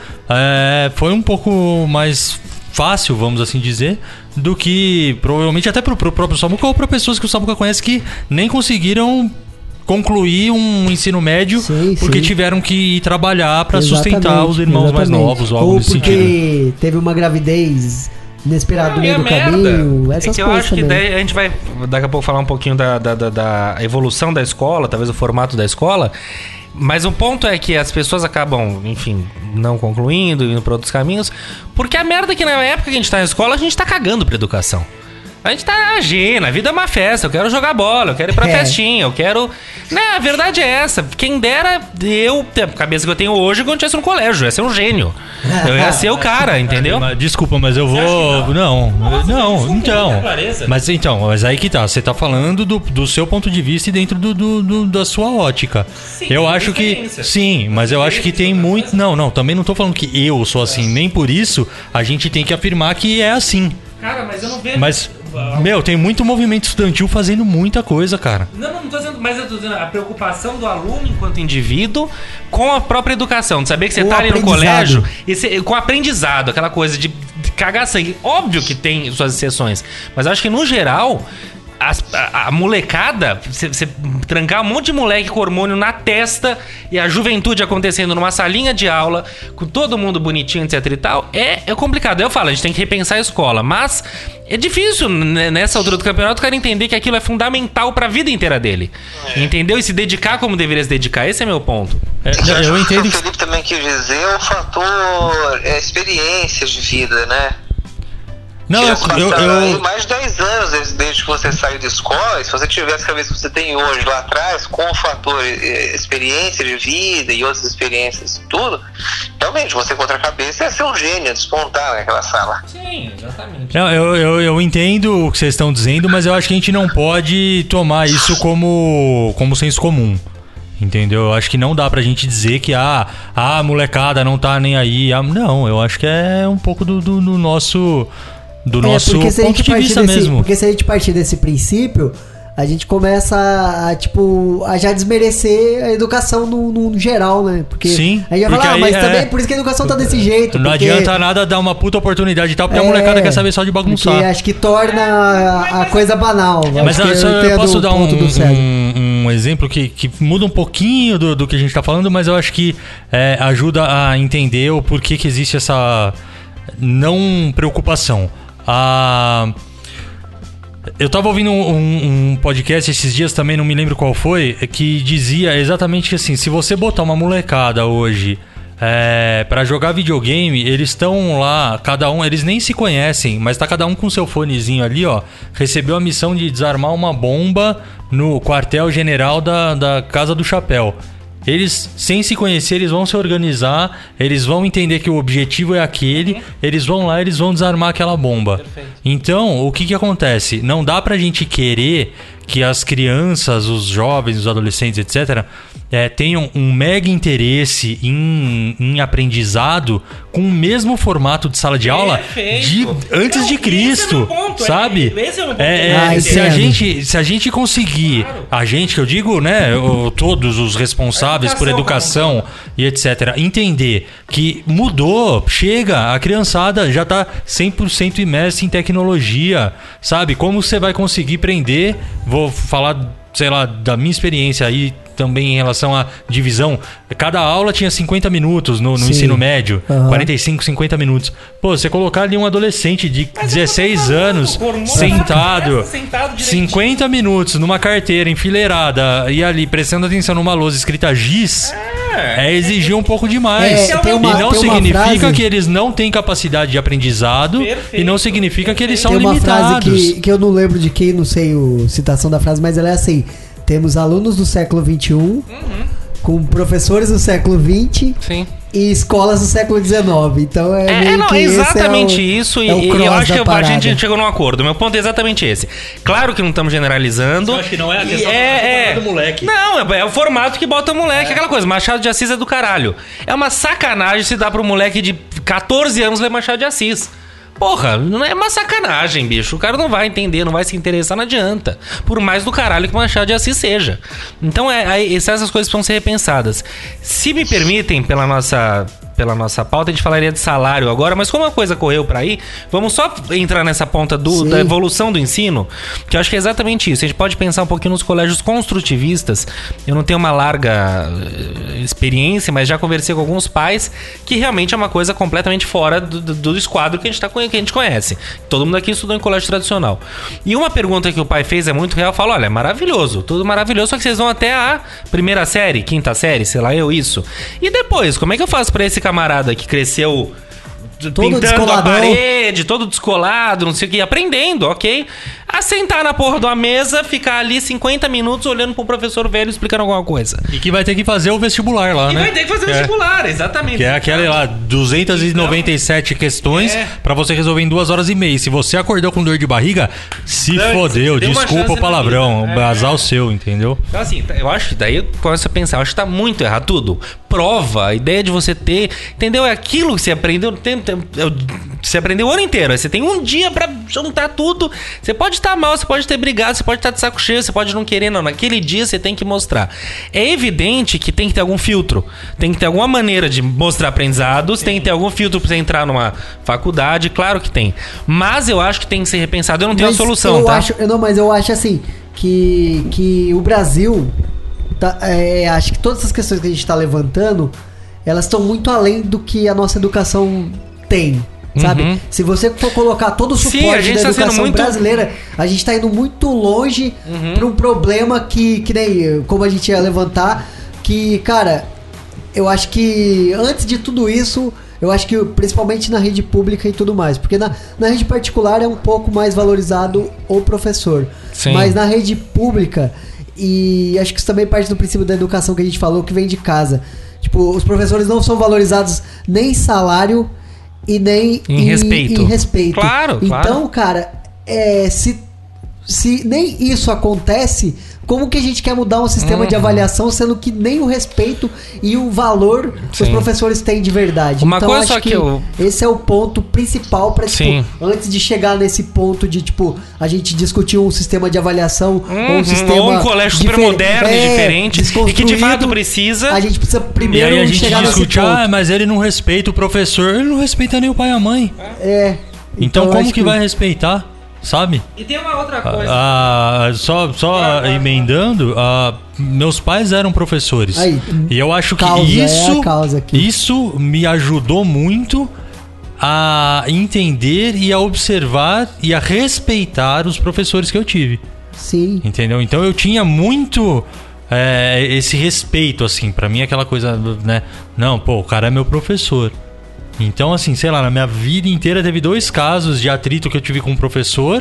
é, foi um pouco mais fácil, vamos assim dizer, do que provavelmente até pro, pro próprio Samuca ou para pessoas que o Samuca conhece que nem conseguiram concluir um ensino médio Sim, porque sim. tiveram que ir trabalhar para sustentar Exatamente, os irmãos mais exatamente. novos ou algo Ou nesse porque sentido. teve uma gravidez inesperada no Não, e meio a do merda caminho, é essas que eu coisas acho que também. daí a gente vai daqui a pouco falar um pouquinho da, da, da, da evolução da escola, talvez o formato da escola. Mas o ponto é que as pessoas acabam, enfim, não concluindo, indo para outros caminhos, porque a merda é que na época que a gente tá na escola, a gente tá cagando pra educação. A gente tá agena, a vida é uma festa, eu quero jogar bola, eu quero ir pra É. festinha, eu quero... Né, a verdade é essa. Quem dera eu, ter a cabeça que eu tenho hoje, quando eu estivesse no colégio, eu ia ser um gênio. Eu ia ser o cara, entendeu? Mas, desculpa, mas eu vou. Não, não, então. Mas então, mas aí que tá. Você tá falando do, do seu ponto de vista e dentro do, do- do- da sua ótica. eu tem acho que. diferença. Sim, mas eu acho que tem muito. Não, não, também não tô falando que eu sou assim. Nem por isso a gente tem que afirmar que é assim. Cara, mas eu não vejo... Mas, meu, tem muito movimento estudantil fazendo muita coisa, cara. Não, não, não tô dizendo, mas eu tô dizendo a preocupação do aluno enquanto indivíduo com a própria educação, de saber que você Com tá ali no aprendizado. colégio e você- com aprendizado, aquela coisa de, de cagar sangue. Óbvio que tem suas exceções, mas eu acho que no geral. as- a, a molecada, você você trancar um monte de moleque com hormônio na testa e a juventude acontecendo numa salinha de aula, com todo mundo bonitinho, etc e tal, é, é complicado. Eu falo, a gente tem que repensar a escola, mas é difícil né, nessa altura do campeonato o cara entender que aquilo é fundamental pra vida inteira dele. Entendeu? E se dedicar como deveria se dedicar. Esse é meu ponto. É, Eu, acho eu que entendo o que. Felipe também quis dizer é o fator é, experiência de vida, né? Não, Já eu, eu, passaram aí eu, mais de dez anos desde, desde que você saiu da escola, e se você tivesse a cabeça que você tem hoje lá atrás, com o fator eh, experiência de vida e outras experiências e tudo, realmente você contra a cabeça ia ser um gênio, despontar naquela sala. Sim, exatamente. Não, eu, eu, eu entendo o que vocês estão dizendo, mas eu acho que a gente não pode tomar isso como, como senso comum. Entendeu? Eu acho que não dá pra gente dizer que ah, a molecada não tá nem aí. Ah, não, eu acho que é um pouco do, do, do nosso, do nosso porque se a ponto gente de partir vista desse, mesmo. Porque se a gente partir desse princípio, a gente começa a, a, tipo, a já desmerecer a educação no, no geral, né? Porque Sim, a gente vai porque falar, ah, aí mas é- também por isso que a educação tá desse jeito. Não porque- adianta nada dar uma puta oportunidade e tal, porque a É, molecada quer saber só de bagunçar. Porque acho que torna a, a coisa banal. Mas acho eu, que só- eu entendo posso o dar um, ponto do César. um, um exemplo que, que muda um pouquinho do, do que a gente tá falando, mas eu acho que é, ajuda a entender o porquê que existe essa não preocupação. A... Eu tava ouvindo um, um- um podcast esses dias também, não me lembro qual foi, que dizia exatamente que assim, se você botar uma molecada hoje É, para jogar videogame, eles estão lá, cada um, eles nem se conhecem, mas tá cada um com seu fonezinho ali, ó. Recebeu a missão de desarmar uma bomba no quartel-general da, da Casa do Chapéu. Eles, sem se conhecer, eles vão se organizar, eles vão entender que o objetivo é aquele, uhum. eles vão lá, eles vão desarmar aquela bomba. Perfeito. Então, o que que acontece? Não dá pra gente querer que as crianças, os jovens, os adolescentes, etcétera, é, tenham um mega interesse em, em aprendizado com o mesmo formato de sala de aula de, antes Não, de Cristo, esse é o ponto, sabe? É, esse é o ponto. É, ah, se, a gente, se a gente conseguir, claro. a gente, que eu digo, né, o, todos os responsáveis educação, por educação cara. e etcétera, entender que mudou, chega, a criançada já tá cem por cento imersa em tecnologia, sabe? Como você vai conseguir prender... Vou falar, sei lá, da minha experiência aí também em relação à divisão. Cada aula tinha cinquenta minutos no, no ensino médio. Uhum. quarenta e cinco, cinquenta minutos. Pô, você colocar ali um adolescente de Mas dezesseis anos sentado, sentado cinquenta minutos numa carteira enfileirada e ali prestando atenção numa lousa escrita giz... É exigir um pouco demais. É, uma, e não significa frase... que eles não têm capacidade de aprendizado. Perfeito. E não significa que eles são tem uma limitados. Frase que, que eu não lembro de quem, não sei a citação da frase, mas ela é assim: temos alunos do século vinte e um, uhum. com professores do século vinte Sim. e escolas do século dezenove. Então é, é, meio não, que exatamente esse é o, isso. É e eu acho que a gente chegou num acordo. Meu ponto é exatamente esse. Claro que não estamos generalizando. Eu acho que não é a questão é, do moleque. Não, é, é o formato que bota o moleque. É. Aquela coisa, Machado de Assis é do caralho. É uma sacanagem se dar pro moleque de catorze anos ler Machado de Assis. Porra, não é uma sacanagem, bicho. O cara não vai entender, não vai se interessar, não adianta. Por mais do caralho que o Machado de Assis seja. Então, é, é, essas coisas precisam ser repensadas. Se me permitem, pela nossa... pela nossa pauta, a gente falaria de salário agora, mas como a coisa correu pra aí, vamos só entrar nessa ponta do, da evolução do ensino, que eu acho que é exatamente isso. A gente pode pensar um pouquinho nos colégios construtivistas. Eu não tenho uma larga experiência, mas já conversei com alguns pais que realmente é uma coisa completamente fora do, do, do esquadro que a, gente tá, que a gente conhece. Todo mundo aqui estudou em colégio tradicional. E uma pergunta que o pai fez é muito real. Fala, olha, é maravilhoso, tudo maravilhoso, só que vocês vão até a primeira série, quinta série, sei lá eu, isso. E depois, como é que eu faço pra esse camarada que cresceu todo pintando a parede, todo descolado, não sei o que, aprendendo, ok? A sentar na porra de uma mesa, ficar ali cinquenta minutos olhando pro professor velho explicando alguma coisa. E que vai ter que fazer o vestibular lá, e né? E vai ter que fazer o vestibular, é. exatamente. Que é aquela lá, duzentas e noventa e sete então, questões é. pra você resolver em duas horas e meia. Se você acordou com dor de barriga, se não, fodeu, desculpa o palavrão, é. azar o seu, entendeu? Então assim, eu acho que daí eu começo a pensar, eu acho que tá muito errado tudo. Prova, a ideia de você ter, entendeu? É aquilo que você aprendeu, tem, tem, você aprendeu o ano inteiro, aí você tem um dia pra juntar tudo. Você pode estar mal, você pode ter brigado, você pode estar de saco cheio, você pode não querer, não. Naquele dia você tem que mostrar. É evidente que tem que ter algum filtro, tem que ter alguma maneira de mostrar aprendizados, Sim. tem que ter algum filtro pra você entrar numa faculdade, claro que tem. Mas eu acho que tem que ser repensado, eu não tenho mas a solução, eu tá? Acho, não, mas eu acho assim, que, que o Brasil, tá, é, acho que todas essas questões que a gente tá levantando, elas estão muito além do que a nossa educação tem. Sabe? Uhum. Se você for colocar todo o suporte Sim, da tá educação muito... brasileira, a gente tá indo muito longe uhum. para um problema que, que nem como a gente ia levantar, que, cara, eu acho que antes de tudo isso, eu acho que principalmente na rede pública e tudo mais, porque na, na rede particular é um pouco mais valorizado o professor. Sim. Mas na rede pública, e acho que isso também parte do princípio da educação que a gente falou, que vem de casa. Tipo, os professores não são valorizados nem em salário e nem em, em respeito. Em respeito. Claro, então, claro. cara, é, se, se nem isso acontece, como que a gente quer mudar um sistema uhum. de avaliação, sendo que nem o respeito e o valor Sim. os professores têm de verdade? Uma então, coisa acho só que, que eu... esse é o ponto principal para tipo, antes de chegar nesse ponto de, tipo, a gente discutir um sistema de avaliação uhum. ou um sistema ou um colégio super moderno e diferente e que de fato precisa. A gente precisa primeiro e aí a gente chegar discute, nesse ponto. Ah, mas ele não respeita o professor, ele não respeita nem o pai e a mãe. É. Então, então como que, que vai respeitar? Sabe? E tem uma outra coisa. Ah, só só ah, ah, emendando, ah, meus pais eram professores. Aí, e eu acho que causa, isso, é isso me ajudou muito a entender e a observar e a respeitar os professores que eu tive. Sim. Entendeu? Então eu tinha muito é, esse respeito, assim. Pra mim é aquela coisa, né? Não, pô, o cara é meu professor. Então, assim, sei lá, na minha vida inteira teve dois casos de atrito que eu tive com um professor,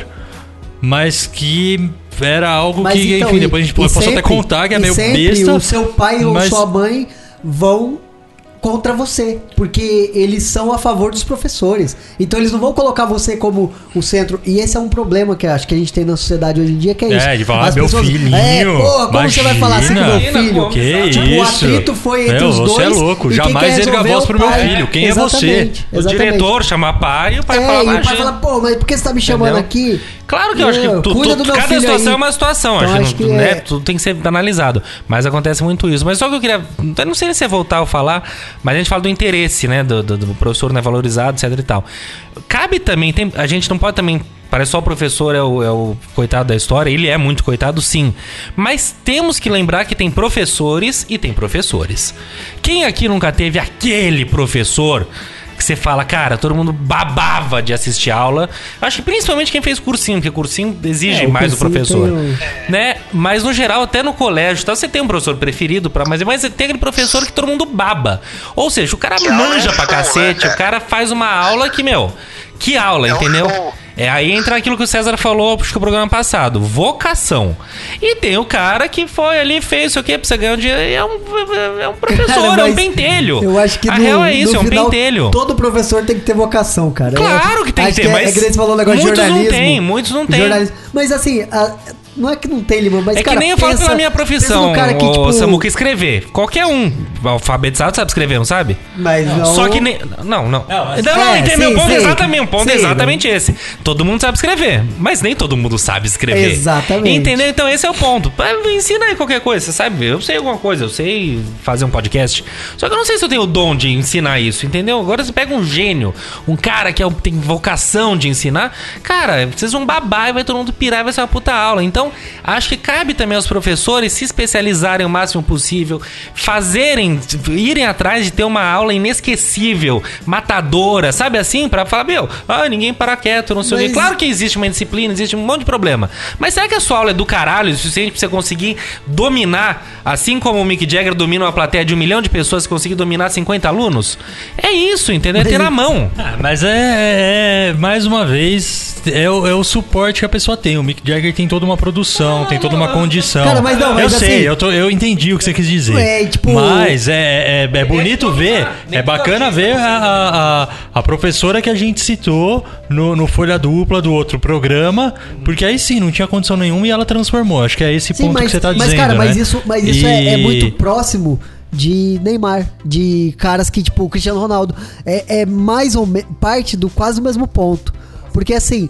mas que era algo Mas que, então, enfim, e- depois a gente e posso sempre- até contar que é e meio sempre besta. o seu pai ou mas- sua mãe vão contra você, porque eles são a favor dos professores. Então eles não vão colocar você como o centro. E esse é um problema que eu acho que a gente tem na sociedade hoje em dia, que é isso. É, de falar, As meu pessoas- filhinho, É, pô, como você vai falar assim com meu imagina. filho? Imagina, Que Tipo, o isso? atrito foi entre Meu, os dois. você é louco, e quem jamais quer erga a resolver voz é o pro meu pai. filho. Quem é você? Exatamente, O exatamente. diretor chamar pai e o pai É, fala, e o pai imagina. fala, pô, mas por que você tá me chamando Entendeu? aqui? Claro que eu acho que Meu, tu, cuida tu- do meu cada filho situação aí. é uma situação, Então, acho, acho que, que né, é- tudo tem que ser analisado. Mas acontece muito isso. Mas só que eu queria, eu não sei se é voltar a falar, mas a gente fala do interesse, né, do, do, do professor, né, valorizado, etc e tal. Cabe também, tem, a gente não pode também, parece só o professor é o, é o coitado da história, ele é muito coitado, sim. Mas temos que lembrar que tem professores e tem professores. Quem aqui nunca teve aquele professor que você fala, cara, todo mundo babava de assistir aula. Acho que principalmente quem fez cursinho, porque cursinho exige É, o mais do cursinho professor. tem um- Né? Mas no geral, até no colégio, tá? Você tem um professor preferido, pra, mas, mas você tem aquele professor que todo mundo baba. Ou seja, o cara manja pra cacete, o cara faz uma aula que, meu, que aula, É um entendeu? show. É, aí entra aquilo que o César falou, acho que o programa passado, vocação. E tem o cara que foi ali, fez isso aqui, pra você ganhar um dinheiro, e é um, é um professor, Cara, é um mas pentelho. Eu acho que A no, real é isso, no é um final, pentelho. todo professor tem que ter vocação, cara. Claro que tem acho que ter, é, mas é que nem você falou o negócio de muitos não jornalismo. tem, muitos não tem. Jornalismo. Mas assim, a- não é que não tem, Lima, mas É cara, que nem eu falo pensa- pela minha pensa profissão, no cara que, o tipo, Samuca, escrever. Qualquer um alfabetizado sabe escrever, não sabe? Mas não... Só que nem... Não, não. Não, mas- Não, não, É, entendeu? sim, Meu ponto é sim. exatamente, o ponto é Sim, exatamente esse. Todo mundo sabe escrever, mas nem todo mundo sabe escrever. Exatamente. Entendeu? Então esse é o ponto. Ah, ensina aí qualquer coisa, você sabe? Eu sei alguma coisa, eu sei fazer um podcast. Só que eu não sei se eu tenho o dom de ensinar isso, entendeu? Agora você pega um gênio, um cara que é, um- tem vocação de ensinar, cara, vocês vão babar e vai todo mundo pirar e vai ser uma puta aula. Então, acho que cabe também aos professores se especializarem o máximo possível, fazerem, irem atrás de ter uma aula inesquecível, matadora, sabe assim? Pra falar, meu, ah, ninguém para quieto, não sei o Mas- quê. Claro que existe uma disciplina, existe um monte de problema. Mas será que a sua aula é do caralho o suficiente pra você conseguir dominar, assim como o Mick Jagger domina uma plateia de um milhão de pessoas, conseguir dominar cinquenta alunos? É isso, entendeu? É ter na mão. Ah, mas é, é- é, mais uma vez, é o, é o suporte que a pessoa tem. O Mick Jagger tem toda uma produção, tem toda uma condição. Cara, mas não, mas eu sei, assim- eu, tô- eu entendi o que você quis dizer. É, tipo- Mas é, é, é bonito ver, nem é bacana ver a, a, a- a professora que a gente citou no, no Folha Dupla do outro programa, porque aí sim, não tinha condição nenhuma e ela transformou. Acho que é esse Sim, ponto mas, que você tá mas dizendo, cara, mas né? isso, mas isso é, é E- muito próximo de Neymar, de caras que, tipo, o Cristiano Ronaldo. É, é mais ou menos parte do quase o mesmo ponto. Porque assim,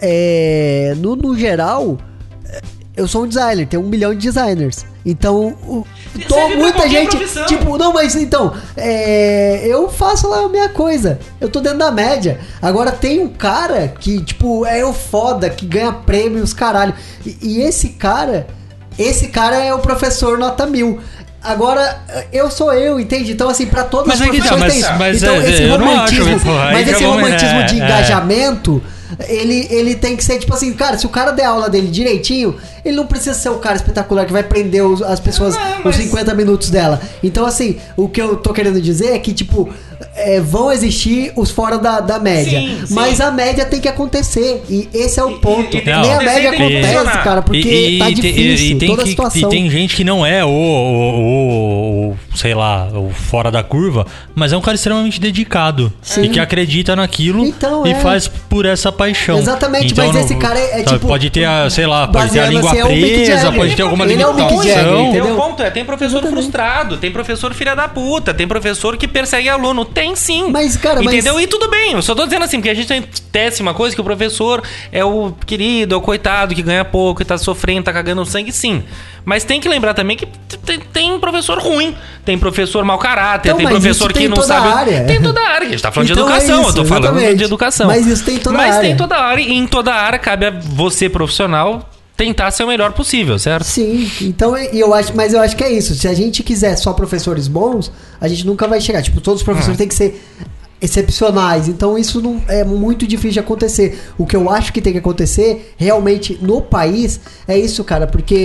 é, no, no geral, é, eu sou um designer, tem um milhão de designers. Então, o, tô, serve pra muita qualquer gente. profissão. Tipo, não, mas então, é, eu faço lá a minha coisa. Eu tô dentro da média. Agora tem um cara que, tipo, é o foda, que ganha prêmios, caralho. E, e esse cara, esse cara é o professor nota mil. Agora, eu sou eu, entende? Então, assim, pra todas Mas as é que tá, profissões mas- tem isso. mas Então, é- esse eu não romantismo, acho, porra, aí mas já esse vamos- romantismo é, de é. engajamento, ele, ele tem que ser, tipo assim, cara, se o cara der a aula dele direitinho, ele não precisa ser o cara espetacular que vai prender os- as pessoas Não, mas- os cinquenta minutos dela. Então, assim, o que eu tô querendo dizer é que, tipo, é, vão existir os fora da, da média. Sim, sim. Mas a média tem que acontecer. E esse é o ponto. e tem Nem que a acontecer, média tem que acontece, funcionar. cara, porque E- e- tá e tem- difícil e tem toda a que- situação. E tem gente que não é o, o, o- o, sei lá, o fora da curva, mas é um cara extremamente dedicado. Sim. E que acredita naquilo Então, e é. faz por essa paixão. Exatamente, Então, mas não- esse cara é, é sabe, tipo... Pode ter, a, sei lá, pode ter a baseando língua assim, é o Mick presa, Jagger. pode ter alguma Ele é o Mick limitação. Jagger, Tem entendeu? um ponto, é, tem professor Exatamente. frustrado, tem professor filha da puta, tem professor que persegue aluno, tem sim. Mas, cara, mas- entendeu? E tudo bem, eu só tô dizendo assim, porque a gente tem tece uma coisa que o professor é o querido, é o coitado que ganha pouco e tá sofrendo, tá cagando sangue, sim. Mas tem que lembrar também que tem, tem professor ruim, tem professor mau caráter, Então, tem mas professor isso que tem não toda sabe. a área. Tem toda a área, a gente tá falando Então de é educação, eu isso, tô falando exatamente. de educação. Mas isso tem toda a Mas área. tem toda a área, e em toda a área cabe a você, profissional, tentar ser o melhor possível, certo? Sim, então e eu acho, mas eu acho que é isso. Se a gente quiser só professores bons, a gente nunca vai chegar. Tipo, todos os professores têm que ser excepcionais. Então isso não é muito difícil de acontecer. O que eu acho que tem que acontecer realmente no país é isso, cara, porque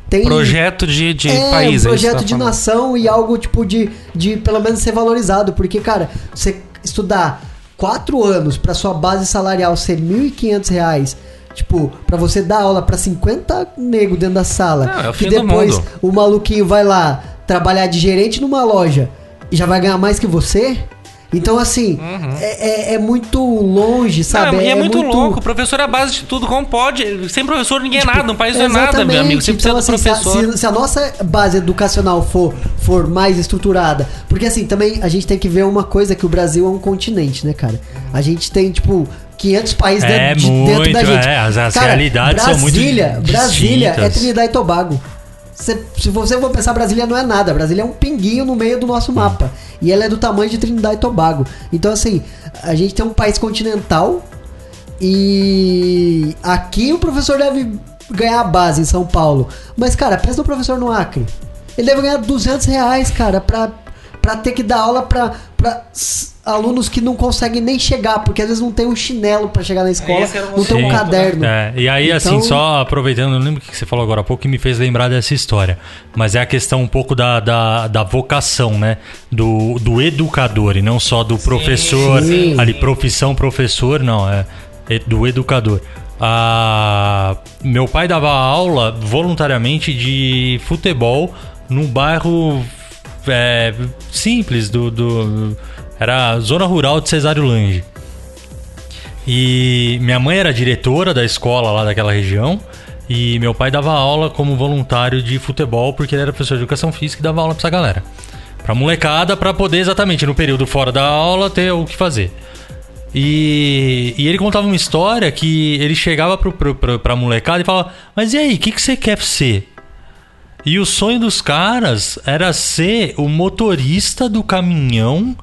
tem... Projeto de, de é, país. um projeto tá de falando. nação e algo tipo de, de pelo menos ser valorizado. Porque, cara, você estudar quatro anos pra sua base salarial ser mil e quinhentos reais, tipo, pra você dar aula pra cinquenta negros dentro da sala, Não, é o que fim do depois mundo. o maluquinho vai lá trabalhar de gerente numa loja e já vai ganhar mais que você. Então, assim, é, é, é muito longe, sabe? Não, e é, muito, louco. O professor é a base de tudo. Como pode? Sem professor ninguém Tipo, é nada. Um país não é nada, exatamente. meu amigo. Você precisa Então, do assim, se a- professor. Se, se a nossa base educacional for, for mais estruturada... Porque, assim, também a gente tem que ver uma coisa, que o Brasil é um continente, né, cara? A gente tem, tipo... quinhentos países É dentro, de- dentro muito, da gente. é, as- as Cara, realidades são muito Brasília, Brasília é distintas. Trinidad e Tobago. Cê, se você for pensar, Brasília não é nada. Brasília é um pinguinho no meio do nosso mapa. E ela é do tamanho de Trinidad e Tobago. Então, assim, a gente tem um país continental. E aqui o professor deve ganhar a base em São Paulo. Mas, cara, pensa no professor no Acre. Ele deve ganhar duzentos reais, cara, pra, pra ter que dar aula pra, pra s- alunos que não conseguem nem chegar. Porque às vezes não tem um chinelo pra chegar na escola, Esse era o não tem um ponto, né? caderno. É, e aí, Então- assim, só aproveitando, eu não lembro o que você falou agora há pouco que me fez lembrar dessa história. Mas é a questão um pouco da, da, da vocação, né? Do, do educador e não só do professor, sim. ali, profissão professor, não, é, é do educador. Ah, meu pai dava aula voluntariamente de futebol num bairro é, simples do, do era a zona rural de Cesário Lange. E minha mãe era diretora da escola lá daquela região. E meu pai dava aula como voluntário de futebol, porque ele era professor de educação física e dava aula pra essa galera. Pra molecada, pra poder exatamente no período fora da aula ter o que fazer. E, e ele contava uma história que ele chegava pro, pro, pro, pra molecada e falava: mas e aí, o que, que você quer ser? E o sonho dos caras era ser o motorista do caminhão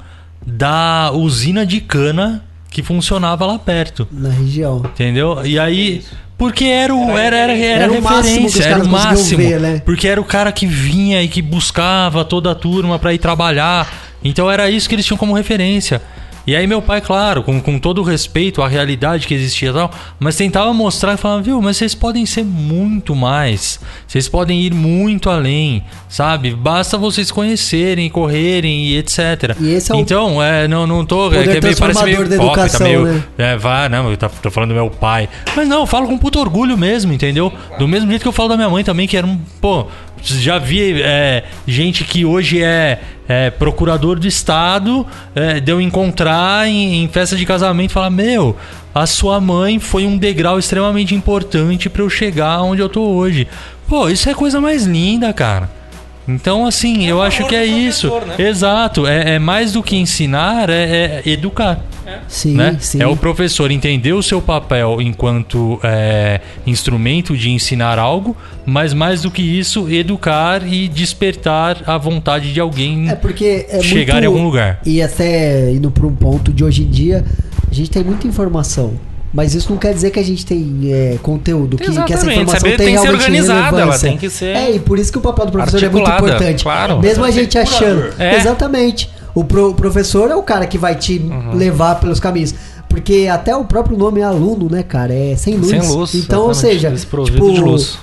da usina de cana que funcionava lá perto. Na região. Entendeu? E aí... Porque era o era, era, era, Era o máximo que os referência, era caras o conseguiam máximo. ver, né? Porque era o cara que vinha e que buscava toda a turma pra ir trabalhar. Então era isso que eles tinham como referência. E aí meu pai, claro, com, com todo o respeito à realidade que existia e tal, mas tentava mostrar e falava, viu, mas vocês podem ser muito mais. Vocês podem ir muito além, sabe? Basta vocês conhecerem, correrem e etcétera. E esse é o então, é, não, não tô... poder é, que me parece meio transformador da hipócrita, educação, meio, né? é, vai, não, eu tô, tô falando do meu pai. Mas não, eu falo com puto orgulho mesmo, entendeu? Do mesmo jeito que eu falo da minha mãe também, que era um... Pô, já vi é, gente que hoje é, é procurador do Estado, é, de eu encontrar em, em festa de casamento e falar, meu, a sua mãe foi um degrau extremamente importante pra eu chegar onde eu tô hoje. Pô, isso é a coisa mais linda, cara. Então, assim, eu acho que é isso. Né? Exato. É, é mais do que ensinar, é, é educar. Sim, Né? sim. É o professor entender o seu papel enquanto é, instrumento de ensinar algo, mas mais do que isso, educar e despertar a vontade de alguém É porque é chegar muito, em algum lugar. E até indo para um ponto de hoje em dia, a gente tem muita informação. Mas isso não quer dizer que a gente tem é, conteúdo, que, que essa Exatamente, informação saber tem tem que ser realmente organizada, ela relevância. tem que ser É, e por isso que o papel do professor é muito articulada, importante. claro. Mesmo a gente achando... É. Exatamente. O, pro, o professor é o cara que vai te Uhum. levar pelos caminhos. Porque até o próprio nome é aluno, né, cara? É sem luz. Sem luz, Então, ou exatamente, seja... desprovido de luz.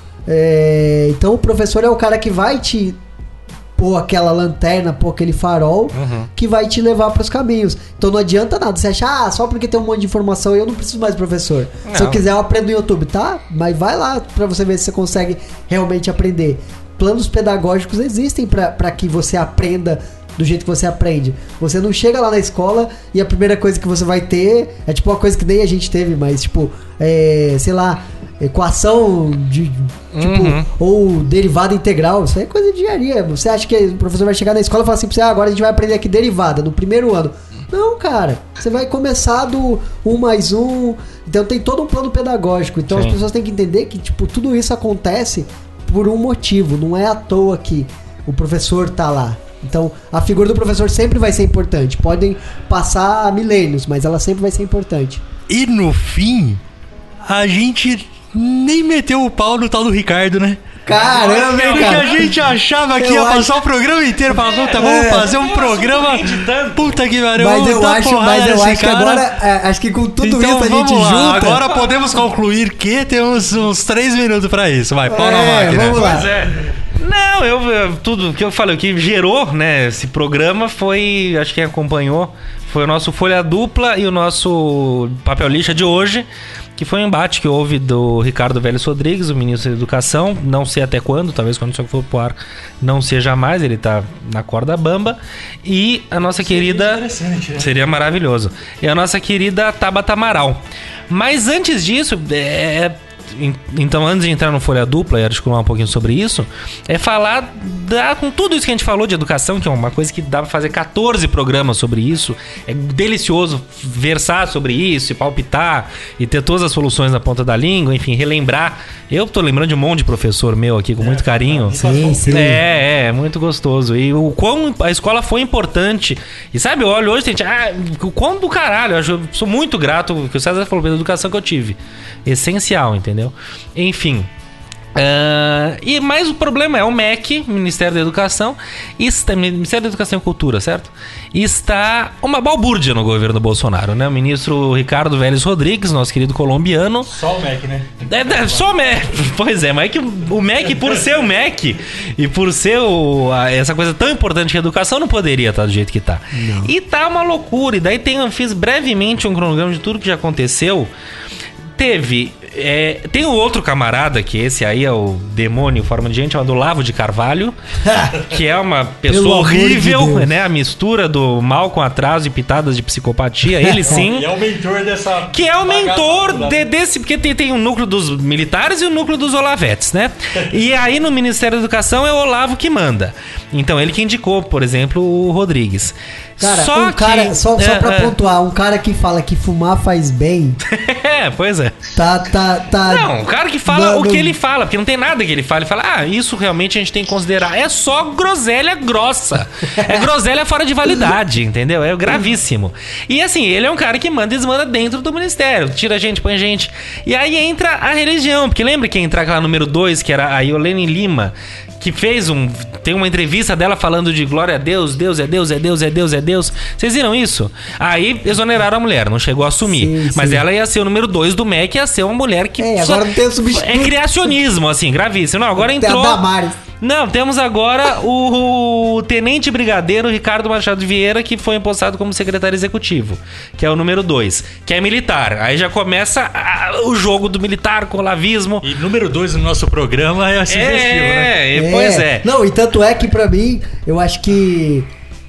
é, então o professor é o cara que vai te... pôr aquela lanterna, pôr aquele farol Uhum. que vai te levar pros caminhos. Então não adianta nada você achar, ah, só porque tem um monte de informação eu não preciso mais de professor. Se eu Não. quiser eu aprendo no YouTube, tá? Mas vai lá pra você ver se você consegue realmente aprender. Planos pedagógicos existem pra pra que você aprenda do jeito que você aprende. Você não chega lá na escola e a primeira coisa que você vai ter é tipo uma coisa que nem a gente teve, mas tipo, é, sei lá, equação de tipo, Uhum. ou derivada integral, isso aí é coisa de engenharia. Você acha que o professor vai chegar na escola e falar assim pra você, ah, agora a gente vai aprender aqui derivada no primeiro ano. Não, cara, você vai começar do um mais um, então tem todo um plano pedagógico. Então Sim. as pessoas têm que entender que tipo, tudo isso acontece por um motivo, não é à toa que o professor tá lá. Então, a figura do professor sempre vai ser importante. Podem passar milênios, mas ela sempre vai ser importante. E no fim, a gente nem meteu o pau no tal do Ricardo, né? Caramba, hein, Porque cara. a gente achava que Eu ia acho- passar o programa inteiro. Falava, puta, vamos É. fazer um programa. Puta que pariu, Mas vamos eu dar acho, porrada mas eu nesse acho que cara. agora, é, acho que com tudo Então isso a gente vamos lá, junta. agora podemos concluir que temos uns três minutos pra isso. Vai, pau na É, máquina. vamos lá. Pois é. Não, eu, eu- tudo que eu falei, o que gerou, né, esse programa foi, acho que quem acompanhou, foi o nosso Folha Dupla e o nosso Papel Lixa de hoje, que foi um embate que houve do Ricardo Vélez Rodrigues, o ministro da Educação, não sei até quando, talvez quando isso for pro ar não seja mais, ele tá na corda bamba, e a nossa querida... Seria maravilhoso. E a nossa querida Tabata Amaral. Mas antes disso, é... en- então antes de entrar no Folha Dupla e articular um pouquinho sobre isso, é falar da, com tudo isso que a gente falou de educação, que é uma coisa que dá pra fazer catorze programas sobre isso. É delicioso versar sobre isso e palpitar e ter todas as soluções na ponta da língua, enfim, relembrar. Eu tô lembrando de um monte de professor meu aqui com muito carinho. Sim, sim. É, é, muito gostoso. E o quão a escola foi importante. E sabe, eu olho hoje, gente, ah, o quão do caralho. Eu, acho, eu sou muito grato que o César falou pela educação que eu tive. Essencial, entendeu? Enfim. ah, e mais o problema é o M E C, Ministério da Educação, está, Ministério da Educação e Cultura, certo? Está uma balbúrdia no governo Bolsonaro, né? O ministro Ricardo Vélez Rodrigues, nosso querido colombiano. Só o Mac, né? É, é, só o M E C. Pois é, mas é que o M E C, por ser o M E C e por ser o, a- essa coisa tão importante que a educação, não poderia estar do jeito que tá. E tá uma loucura. E daí tem, eu fiz brevemente um cronograma de tudo que já aconteceu. Teve. é, tem o outro camarada, que esse aí é o demônio em forma de gente, chamado Olavo de Carvalho, que é uma Pelo pessoa amor de horrível, Deus. né? A mistura do mal com atraso e pitadas de psicopatia. Ele sim. E é o mentor dessa. Que é o mentor bagaça de- desse. Porque tem, tem o núcleo dos militares e o núcleo dos Olavetes, né? E aí no Ministério da Educação é o Olavo que manda. Então ele que indicou, por exemplo, o Rodrigues. Cara, só um cara, que, só, só é, pra é. pontuar, um cara que fala que fumar faz bem, É, pois é. tá, tá, tá... Não, o cara que fala Não, o não- que ele fala, porque não tem nada que ele fala. Ele fala, ah, isso realmente a gente tem que considerar. É só groselha grossa. É groselha fora de validade, entendeu? É gravíssimo. E assim, ele é um cara que manda e desmanda dentro do ministério. Tira gente, põe gente. E aí entra a religião. Porque lembra que entra aquela número dois, que era a Yolene Lima, que fez um... Tem uma entrevista dela falando de glória a Deus, Deus é Deus, é Deus, é Deus, é Deus. Vocês viram isso? Aí exoneraram a mulher, não chegou a assumir. Sim, Mas sim. ela ia ser o número dois do M E C, ia ser uma mulher que... É, agora não tem o substituto. É criacionismo, assim, gravíssimo. Não, agora Tem a entrou... Damares. Não, temos agora o, o Tenente Brigadeiro Ricardo Machado Vieira, que foi impostado como secretário executivo, que é o número dois, que é militar. Aí já começa a- o jogo do militar com o olavismo. E número dois no nosso programa é sugestivo, né? É, e- pois é. Não, e tanto é que pra mim, eu acho que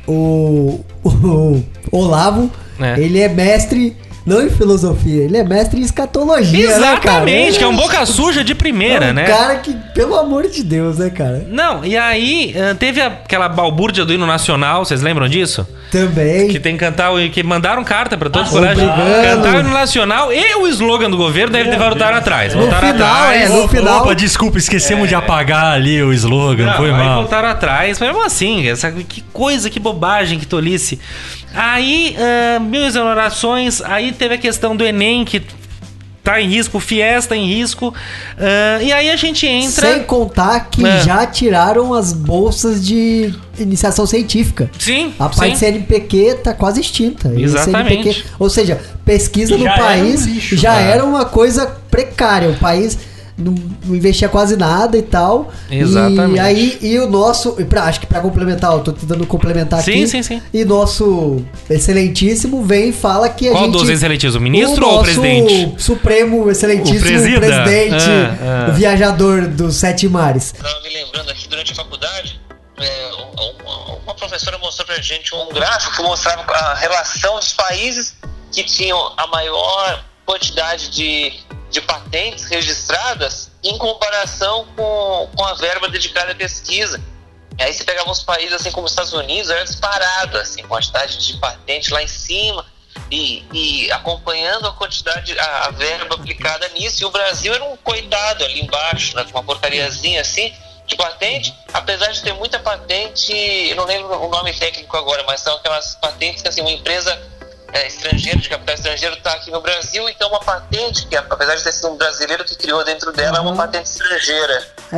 o, o Olavo, É. ele é mestre, não em filosofia, ele é mestre em escatologia, né, cara? Exatamente, que é um boca suja de primeira, É um né? cara que, pelo amor de Deus, né, cara? Não, e aí ah, teve aquela balbúrdia do hino nacional, vocês lembram disso? Também. Que tem que cantar, o- que mandaram carta pra todos os Ah, colégios. obrigado. Cantar o hino nacional e o slogan do governo deve ter voltado atrás. No Voltaram final, atrás. é, no final- Opa, desculpa, esquecemos de apagar ali o slogan, Não, foi aí mal. voltaram atrás. Mas mesmo assim, essa, que coisa, que bobagem, que tolice. Aí, ah, mil exonerações. Aí teve a questão do Enem, que tá em risco, o Fies tá em risco. ah, e aí a gente entra... Sem contar que É. já tiraram as bolsas de iniciação científica. Sim, A parte sim. C N P Q tá quase extinta. E o Exatamente. C N P Q, ou seja, pesquisa no Já era país um lixo, já né? era uma coisa precária. O país não, não investia quase nada e tal. Exatamente. E aí, e o nosso, e pra- acho que pra complementar, eu tô tentando complementar Sim, aqui. sim, sim. E nosso excelentíssimo vem e fala que a Qual gente... dos excelentíssimos? O ministro ou o nosso presidente? Supremo excelentíssimo O presida? presidente, Ah, ah. o viajador dos sete mares. Estava me lembrando aqui durante a faculdade, é, uma, uma professora mostrou pra gente um gráfico que mostrava a relação dos países que tinham a maior quantidade de, de patentes registradas em comparação com, com a verba dedicada à pesquisa. E aí você pegava uns países assim como os Estados Unidos, era disparado, assim, quantidade de patente lá em cima. E, e acompanhando a quantidade, a, a verba aplicada nisso, e o Brasil era um coitado ali embaixo, né, com uma porcariazinha assim de patente, apesar de ter muita patente, eu não lembro o nome técnico agora, mas são aquelas patentes que assim, uma empresa é, estrangeira, de capital estrangeiro, está aqui no Brasil, então uma patente que, apesar de ter sido um brasileiro que criou dentro dela, é uma patente estrangeira. É,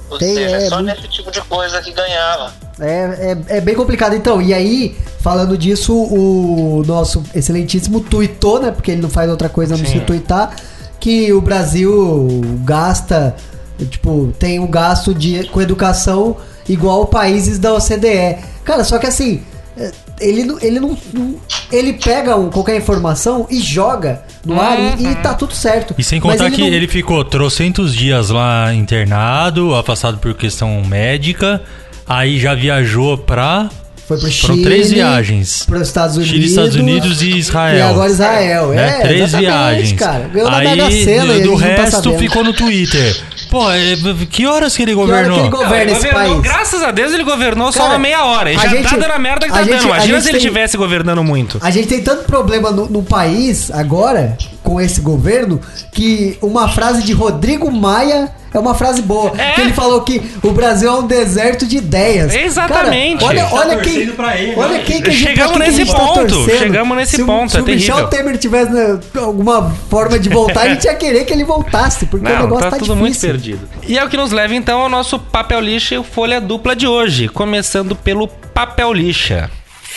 Ou Tem, seja, é, só muito- nesse tipo de coisa que ganhava. É, é, é bem complicado. Então, e aí, falando disso, o nosso excelentíssimo tuitou, né? Porque ele não faz outra coisa a não Sim. se tuitar, que o Brasil gasta, tipo, tem um gasto de, com educação igual países da O C D E. Cara, só que assim, é, ele, não- ele não, não- ele pega um- qualquer informação e joga no ar e, e tá tudo certo. E sem Mas contar que não- ele ficou trocentos dias lá internado, afastado por questão médica. Aí já viajou pra... Foi pro Foram Chile, três viagens. para os Estados Unidos, Chile, Estados Unidos e Israel. E agora Israel. Né? É, Três exatamente, viagens. cara. Ganhou na Aí, Mega Sena e a do gente não tá resto, sabendo. ficou no Twitter. Pô, é, que horas que ele Que hora governou? que ele governa Ele esse governou- país? Graças a Deus ele governou só Cara, uma meia hora. E a já gente- tá dando a merda que a tá gente- dando. a Imagina gente se ele tem- estivesse governando muito. A gente tem tanto problema no, no país agora, com esse governo, que uma frase de Rodrigo Maia é uma frase boa. É. Que ele falou que o Brasil é um deserto de ideias. Exatamente. Cara, olha, Tá olha quem, torcendo pra ele, olha né? quem que a gente, Chegamos pra quem que a nesse gente tá ponto, torcendo. chegamos nesse se o- ponto, Se é o Michel terrível. Temer tivesse né, alguma forma de voltar, a gente ia querer que ele voltasse, porque o Não, negócio tá, tá, tudo difícil. muito perdido. E é o que nos leva então ao nosso papel lixa e folha dupla de hoje, começando pelo papel lixa.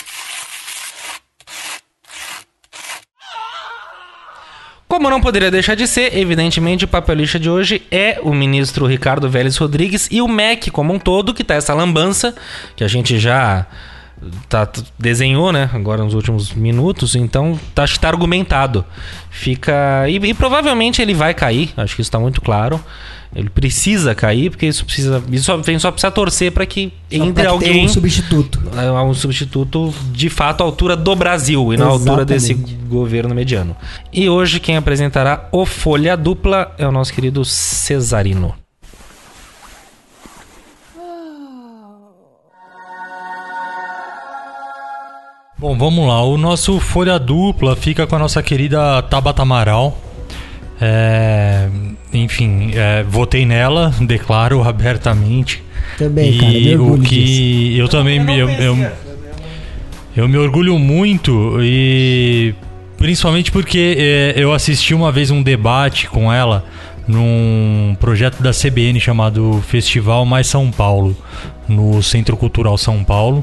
Como não poderia deixar de ser, evidentemente o papel lixa de hoje é o ministro Ricardo Vélez Rodrigues e o M E C como um todo, que tá essa lambança, que a gente já tá, desenhou, né, agora nos últimos minutos, então tá, acho que tá argumentado. Fica... E, e provavelmente ele vai cair, acho que isso tá muito claro. Ele precisa cair, porque isso precisa... Isso só, a gente só precisa torcer para que Só entre pra que tenha alguém... um substituto. É um substituto de fato à altura do Brasil e não à altura desse Exatamente. governo mediano. E hoje quem apresentará o Folha Dupla é o nosso querido Cesarino. Bom, vamos lá. O nosso Folha Dupla fica com a nossa querida Tabata Amaral. É, enfim, é, votei nela, declaro abertamente. Também, e cara, me o orgulho que disso. eu também me- eu, eu, eu me orgulho muito e principalmente porque é, eu assisti uma vez um debate com ela num projeto da C B N chamado Festival Mais São Paulo, no Centro Cultural São Paulo.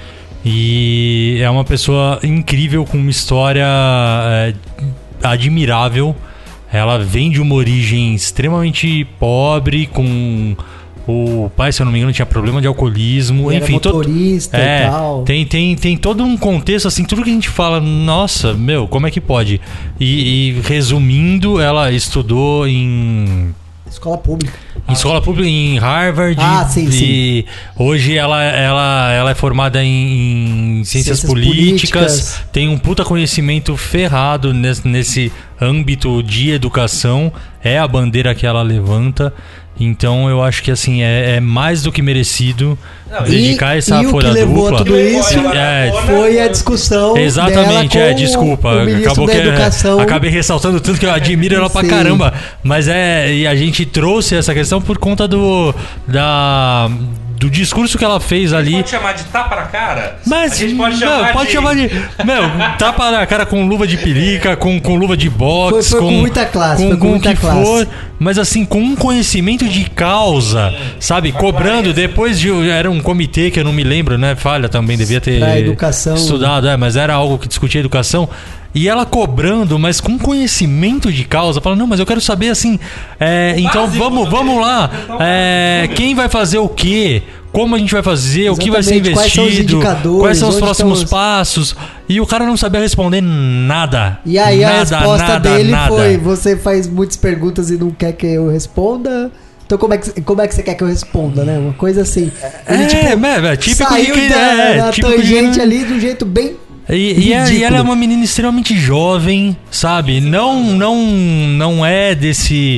E é uma pessoa incrível, com uma história é, admirável. Ela vem de uma origem extremamente pobre, com o pai, se eu não me engano, tinha problema de alcoolismo. Ele era Enfim, todo- motorista é, e tal. Tem, tem, tem todo um contexto, assim, tudo que a gente fala, nossa, meu, como é que pode? E, e resumindo, ela estudou em... Escola pública. Em escola pública, em Harvard. Ah, sim, e hoje ela, ela, ela é formada em, em ciências, Ciências políticas, políticas. tem um puta conhecimento ferrado nesse, nesse âmbito de educação, é a bandeira que ela levanta. Então eu acho que assim é, é mais do que merecido dedicar e, essa e folha o que levou dupla. a tudo isso É, foi a discussão Exatamente, dela é, com desculpa. o ministro Acabou da que Educação. acabei ressaltando tanto que eu admiro ela pra Sim. caramba. Mas é. E a gente trouxe essa questão por conta do. Da. Do discurso que ela fez ali. Pode chamar de tapa na cara? Mas, a gente pode meu, chamar pode de... chamar de. Meu, tapa na cara com luva de pelica, com, com luva de boxe, Foi- foi com muita classe, com, foi com com muita o que classe. for, mas assim, com um conhecimento de causa, sabe? Cobrando, depois de. Era um comitê que eu não me lembro, né? Falha também, devia ter Pra educação. estudado, é, mas era algo que discutia educação. E ela cobrando, mas com conhecimento de causa, falando, não, mas eu quero saber assim, é, então vamos, vamos lá, é, quem vai fazer o quê? Como a gente vai fazer? O que vai ser Exatamente, quais são os investido? indicadores, Quais são os onde próximos estão os- passos? E o cara não sabia responder nada. E aí a Nada, resposta nada, dele nada. foi: você faz muitas perguntas e não quer que eu responda. Então como é que, como é que você quer que eu responda, né? Uma coisa assim. Ele, É, tipo, é, é típico de saiu quem da, é, da típico de tangente quem- ali de um jeito bem E, e, é- e ridículo. ela é uma menina extremamente jovem, sabe? Não, não, não é desse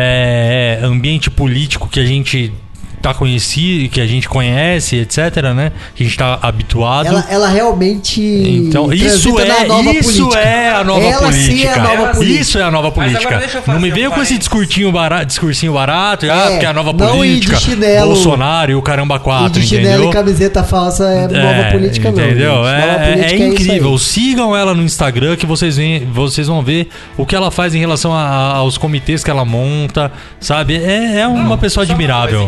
é, ambiente político que a gente tá conhecido, que a gente conhece, etc, né? Que a gente tá habituado. Ela, ela realmente. Então, isso transita na é, nova isso política. é a nova Ela política. sim é a nova Ela- política. Isso é a nova Mas agora política. deixa eu fazer Não me um veio com esse parênteses. discursinho barato, discursinho barato, ah, É, porque é a nova não ir de política, chinelo- Bolsonaro e o caramba E quatro, de chinelo entendeu? e camiseta falsa é nova política, não. Entendeu? gente. Nova É, política é isso incrível. aí. Sigam ela no Instagram que vocês, veem, vocês vão ver o que ela faz em relação a- aos comitês que ela monta, sabe? É, é uma pessoa Só uma admirável. coisa, Quem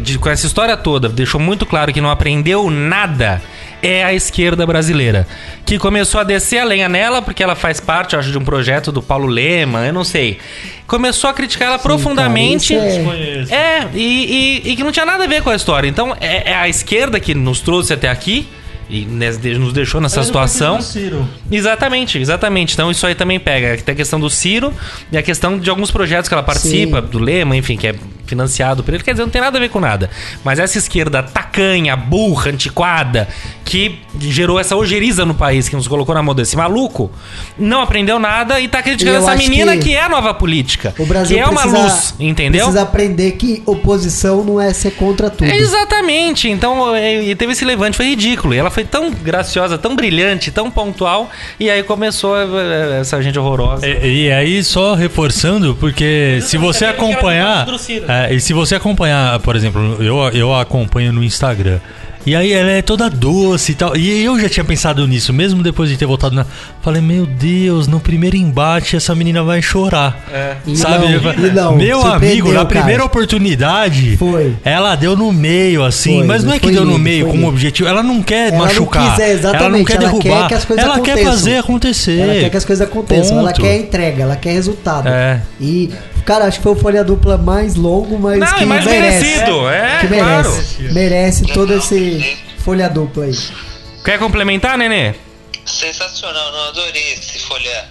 de, com essa história toda, deixou muito claro que não aprendeu nada, é a esquerda brasileira. Que começou a descer a lenha nela, porque ela faz parte, eu acho, de um projeto do Paulo Lema, eu não sei. Começou a criticar ela Sim, profundamente. Cara, é, é e, e, e que não tinha nada a ver com a história. Então, é, é a esquerda que nos trouxe até aqui. E nos deixou nessa é, situação. Exatamente, exatamente. Então isso aí também pega. Tem a questão do Ciro e a questão de alguns projetos que ela participa, Sim. do Lema, enfim, que é financiado por ele. Quer dizer, não tem nada a ver com nada. Mas essa esquerda tacanha, burra, antiquada, que gerou essa ojeriza no país, que nos colocou na mão desse maluco, não aprendeu nada e tá criticando essa menina que... que é a nova política. O Brasil que é uma luz, entendeu? Precisa aprender que oposição não é ser contra tudo. É exatamente. Então, e teve esse levante, foi ridículo. E ela foi tão graciosa, tão brilhante, tão pontual, e aí começou essa gente horrorosa. E, e aí, só reforçando, porque se você acompanhar... É, e se você acompanhar, por exemplo, eu, eu a acompanho no Instagram, e aí ela é toda doce e tal. E eu já tinha pensado nisso, mesmo depois de ter voltado na... Falei, meu Deus, no primeiro embate essa menina vai chorar. É. Sabe? Não, não, meu amigo, na primeira cara. oportunidade, foi. Ela deu no meio, assim. Foi, mas não é que deu lindo, no meio com um objetivo. Ela não quer ela machucar. Não quiser, exatamente. Ela não quer derrubar. Ela quer que as coisas ela aconteçam. Quer fazer acontecer. Ela quer que as coisas aconteçam. Ponto. Ela quer entrega, ela quer resultado. É. E... Cara, acho que foi o Folha Dupla mais longo, mas não, que mais merece. merecido, é, que merece, claro. Merece todo esse Folha Dupla aí. Quer complementar, Nenê? Sensacional, não adorei esse folha.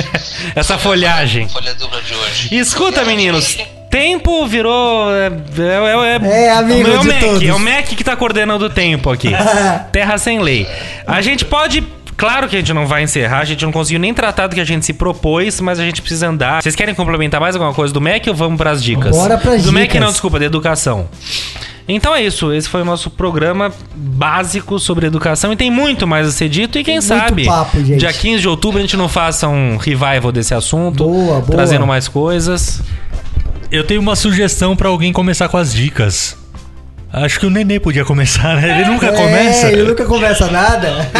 Essa folhagem. Folha Dupla de hoje. Escuta, meninos. Tempo virou. É, é, é, é amigo é o de Mac, todos. É o Mac que tá coordenando o tempo aqui. Terra sem lei. A gente pode. Claro que a gente não vai encerrar, a gente não conseguiu nem tratar do que a gente se propôs, mas a gente precisa andar. Vocês querem complementar mais alguma coisa do Mac ou vamos pras dicas? Bora pras do dicas. Mac não, desculpa, da educação. Então é isso, esse foi o nosso programa básico sobre educação e tem muito mais a ser dito e quem muito sabe, papo, gente. dia quinze de outubro a gente não faça um revival desse assunto, boa, boa. Trazendo mais coisas. Eu tenho uma sugestão pra alguém começar com as dicas. Acho que o Nenê podia começar, né? Ele nunca é, começa. Ele nunca começa nada.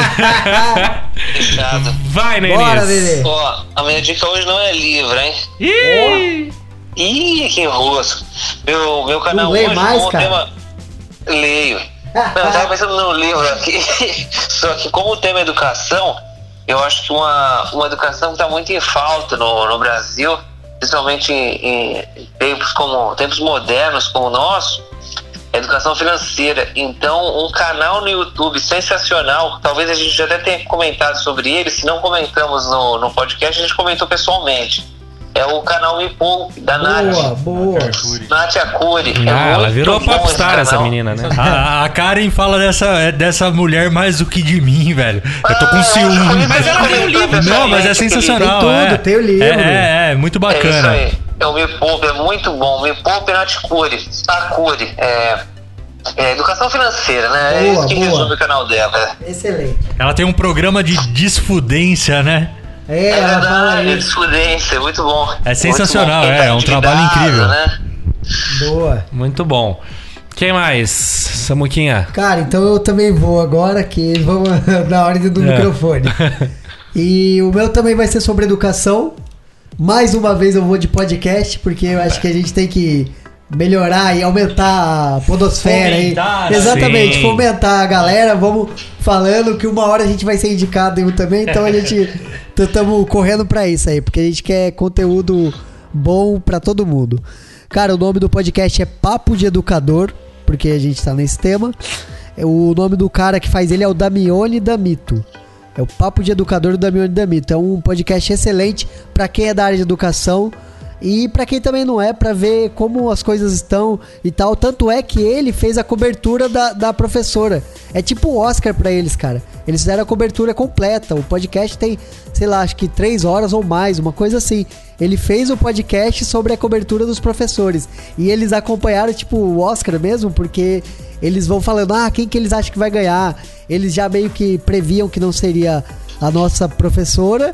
Fechado. Vai, Nenê. Bora, Nenê. Ó, a minha dica hoje não é livro, hein? Ih! Oh. Ih, que enrosco. Meu, meu canal não lê hoje mais, com o cara? tema... Leio. Não, eu tava pensando no livro aqui. Só que como o tema é educação, eu acho que uma, uma educação que tá muito em falta no, no Brasil, principalmente em, em tempos, como, tempos modernos como o nosso, educação financeira. Então, um canal no YouTube sensacional, talvez a gente já até tenha comentado sobre ele, se não comentamos no, no podcast, a gente comentou pessoalmente. É o canal Me Poupe, da Nath. Boa, boa. Nath Arcuri. Ah, é ela virou popstar essa canal. menina, né? A, a Karen fala dessa, dessa mulher mais do que de mim, velho. Eu tô com ah, ciúme. Mas ela tem um livro. Não, mas é sensacional. Tem tudo, é. tem o livro. É, é, é muito bacana. É isso aí. É o Me Poupe, é muito bom. Me Poupe Nath Arcuri. Arcuri. É... É, educação financeira, né? Boa, é isso que boa. resume o canal dela. Excelente. Ela tem um programa de desfudência, né? É, É ela fala verdade, isso. desfudência, muito bom. É sensacional, muito bom. é, é um trabalho incrível. Né? Boa. Muito bom. Quem mais? Samuquinha. Cara, então eu também vou agora, que vamos na ordem do É. microfone. E o meu também vai ser sobre educação. Mais uma vez eu vou de podcast, porque eu acho que a gente tem que melhorar e aumentar a podosfera aí. Fomentar, Exatamente, sim. fomentar a galera. Vamos falando que uma hora a gente vai ser indicado em um também, então a gente estamos correndo pra isso aí, porque a gente quer conteúdo bom pra todo mundo. Cara, o nome do podcast é Papo de Educador, porque a gente tá nesse tema. O nome do cara que faz ele é o Damione Damito. É o Papo de Educador do Damione Damito. É um podcast excelente pra quem é da área de educação e pra quem também não é, pra ver como as coisas estão e tal. Tanto é que ele fez a cobertura da, da professora. É tipo o Oscar pra eles, cara. Eles fizeram a cobertura completa. O podcast tem, sei lá, acho que três horas ou mais, uma coisa assim. Ele fez o podcast sobre a cobertura dos professores. E eles acompanharam, tipo, o Oscar mesmo, porque eles vão falando, ah, quem que eles acham que vai ganhar? Eles já meio que previam que não seria a nossa professora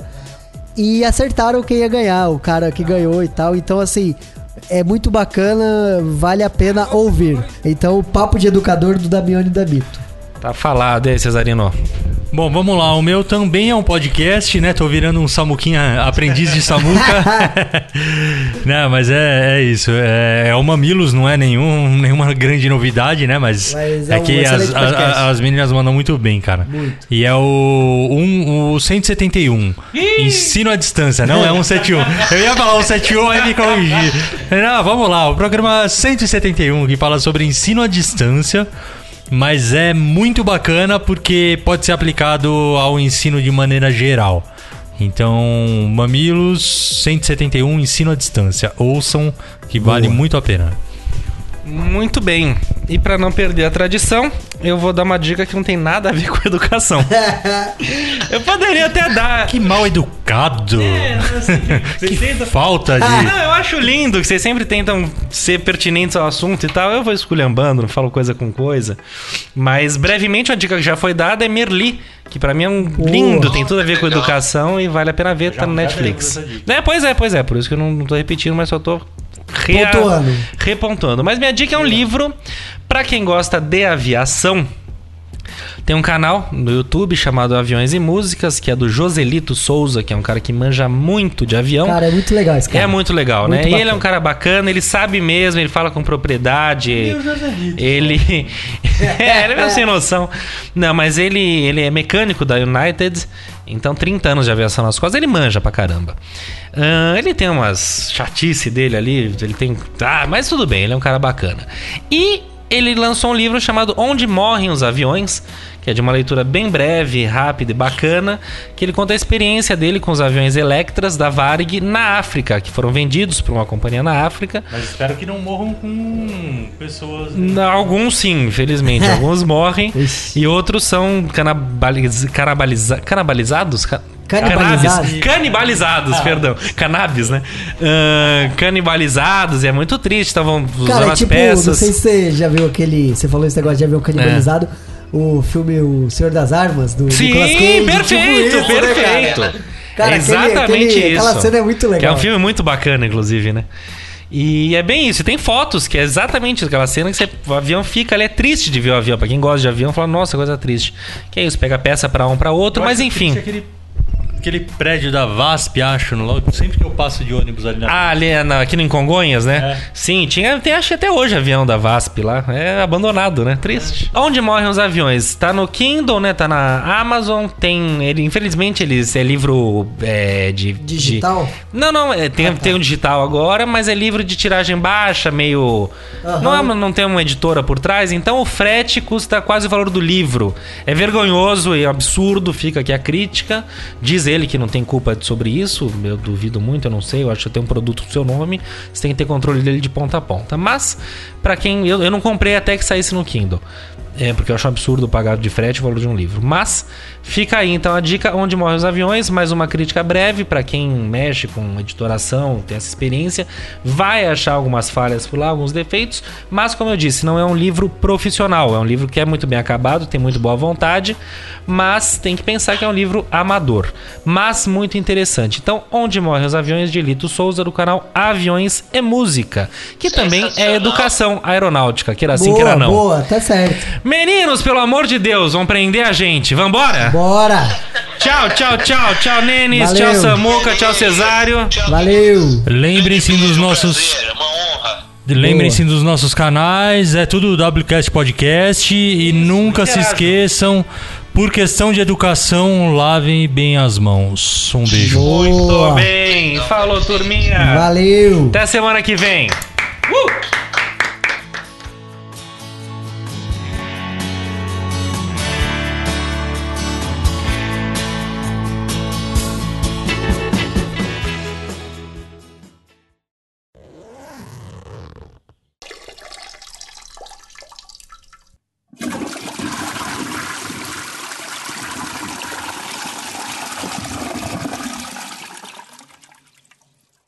e acertaram quem ia ganhar, o cara que ganhou e tal. Então, assim, é muito bacana, vale a pena ouvir. Então, o Papo de Educador do Damione Damito. Tá falado aí, Cesarino. Bom, vamos lá. O meu também é um podcast, né? Tô virando um Samuquinha aprendiz de Samuca. Não, mas é, é isso. É, é o Mamilos, não é nenhum, nenhuma grande novidade, né? Mas, Mas é, é um que as, excelente a- podcast. a- as meninas mandam muito bem, cara. Muito. E é o, um, o cento e setenta e um. Ensino à distância, não é um setenta e um. Eu ia falar um setenta e um, aí me corrigi. Não, vamos lá. O programa cento e setenta e um, que fala sobre ensino à distância. Mas é muito bacana porque pode ser aplicado ao ensino de maneira geral. Então, Mamilos cento e setenta e um, ensino à distância. Ouçam, que vale Boa. muito a pena. Muito bem. E pra não perder a tradição, eu vou dar uma dica que não tem nada a ver com educação. Eu poderia até dar. Que mal educado. É, não sei, vocês Que tentam- falta de... Não, eu acho lindo que vocês sempre tentam ser pertinentes ao assunto e tal. Eu vou esculhambando, não falo coisa com coisa. Mas brevemente uma dica que já foi dada é Merli, que pra mim é um lindo, tem tudo a ver com educação e vale a pena ver, tá no Netflix. É, pois é, pois é, por isso que eu não, não tô repetindo, mas só tô rea- Pontuando. repontuando. Mas minha dica é um livro pra quem gosta de aviação. Tem um canal no YouTube chamado Aviões e Músicas, que é do Joselito Souza, que é um cara que manja muito de avião. Cara, é muito legal esse cara. É muito legal, Muito né? E ele é bacana. um cara bacana, ele sabe mesmo, ele fala com propriedade. Ele. é, ele é meio sem noção. Não, mas ele, ele é mecânico da United, então trinta anos de aviação nas costas, ele manja pra caramba. Ah, ele tem umas chatice dele ali, ele tem. Ah, mas tudo bem, ele é um cara bacana. E ele lançou um livro chamado Onde Morrem os Aviões, que é de uma leitura bem breve, rápida e bacana, que ele conta a experiência dele com os aviões Electras da Varig na África, que foram vendidos por uma companhia na África. Mas espero que não morram com pessoas... Não, alguns sim, infelizmente. Alguns morrem Ixi. e outros são canabaliz... canabaliza... canabalizados? Ca... Canibalizados. Cannabis. Canibalizados, perdão. Cannabis, né? Ah, canibalizados, e é muito triste, estavam usando Cara, as tipo, peças. não sei se você já viu aquele... Você falou esse negócio de avião canibalizado. O filme O Senhor das Armas, do Sim, Nicolas Cage. perfeito, tipo isso, né, perfeito. cara? Cara, é aquele- exatamente aquele- isso. aquela cena é muito legal. Que é um filme muito bacana, inclusive, né? E é bem isso. E tem fotos, que é exatamente aquela cena que você, o avião fica ali. É triste de ver o avião. Pra quem gosta de avião, fala, nossa, coisa triste. Que é isso, pega peça pra um, pra outro, mas enfim. Aquele, aquele prédio da VASP, acho, no- sempre que eu passo de ônibus ali na... Ah, ali na- aqui em Congonhas, né? É. Sim, tinha, tem acho que até hoje avião da VASP lá. É abandonado, né? Triste. Onde morrem os aviões? Tá no Kindle, né? Tá na Amazon. Tem. Ele, infelizmente, eles é livro é, de. de- Digital? Não, não, é, tem, tem um digital agora, mas é livro de tiragem baixa, meio. Aham. Não, é, uma- não tem uma editora por trás, então o frete custa quase o valor do livro. É vergonhoso e absurdo, fica aqui a crítica. Diz ele que não tem culpa sobre isso, eu duvido muito, eu não sei, eu acho que tem um produto com seu nome, você tem que ter controle dele de ponta a ponta. Mas, pra quem. Eu, eu não comprei até que saísse no Kindle. É, porque eu acho um absurdo pagar de frete o valor de um livro. Mas, fica aí então a dica Onde Morrem os Aviões, mais uma crítica breve pra quem mexe com editoração, tem essa experiência, vai achar algumas falhas por lá, alguns defeitos, mas como eu disse, não é um livro profissional, é um livro que é muito bem acabado, tem muito boa vontade, mas tem que pensar que é um livro amador, mas muito interessante. Então, Onde Morrem os Aviões, de Lito Souza, do canal Aviões e Música, que também é Sensacional. educação aeronáutica, queira assim, Boa, queira não. boa, tá certo. Meninos, pelo amor de Deus, vão prender a gente. Vambora? Bora! Tchau, tchau, tchau. Tchau, Nenis. Valeu. Tchau, Samuca. Tchau, Cesário. Valeu! Lembrem-se Grande dos beijo, nossos... prazer, é uma honra. Lembrem-se dos nossos canais, é tudo o WCast Podcast e nunca se interajam. esqueçam, por questão de educação, lavem bem as mãos. Um beijo. Muito Boa. bem. Falou, turminha. Valeu! Até semana que vem. Uh!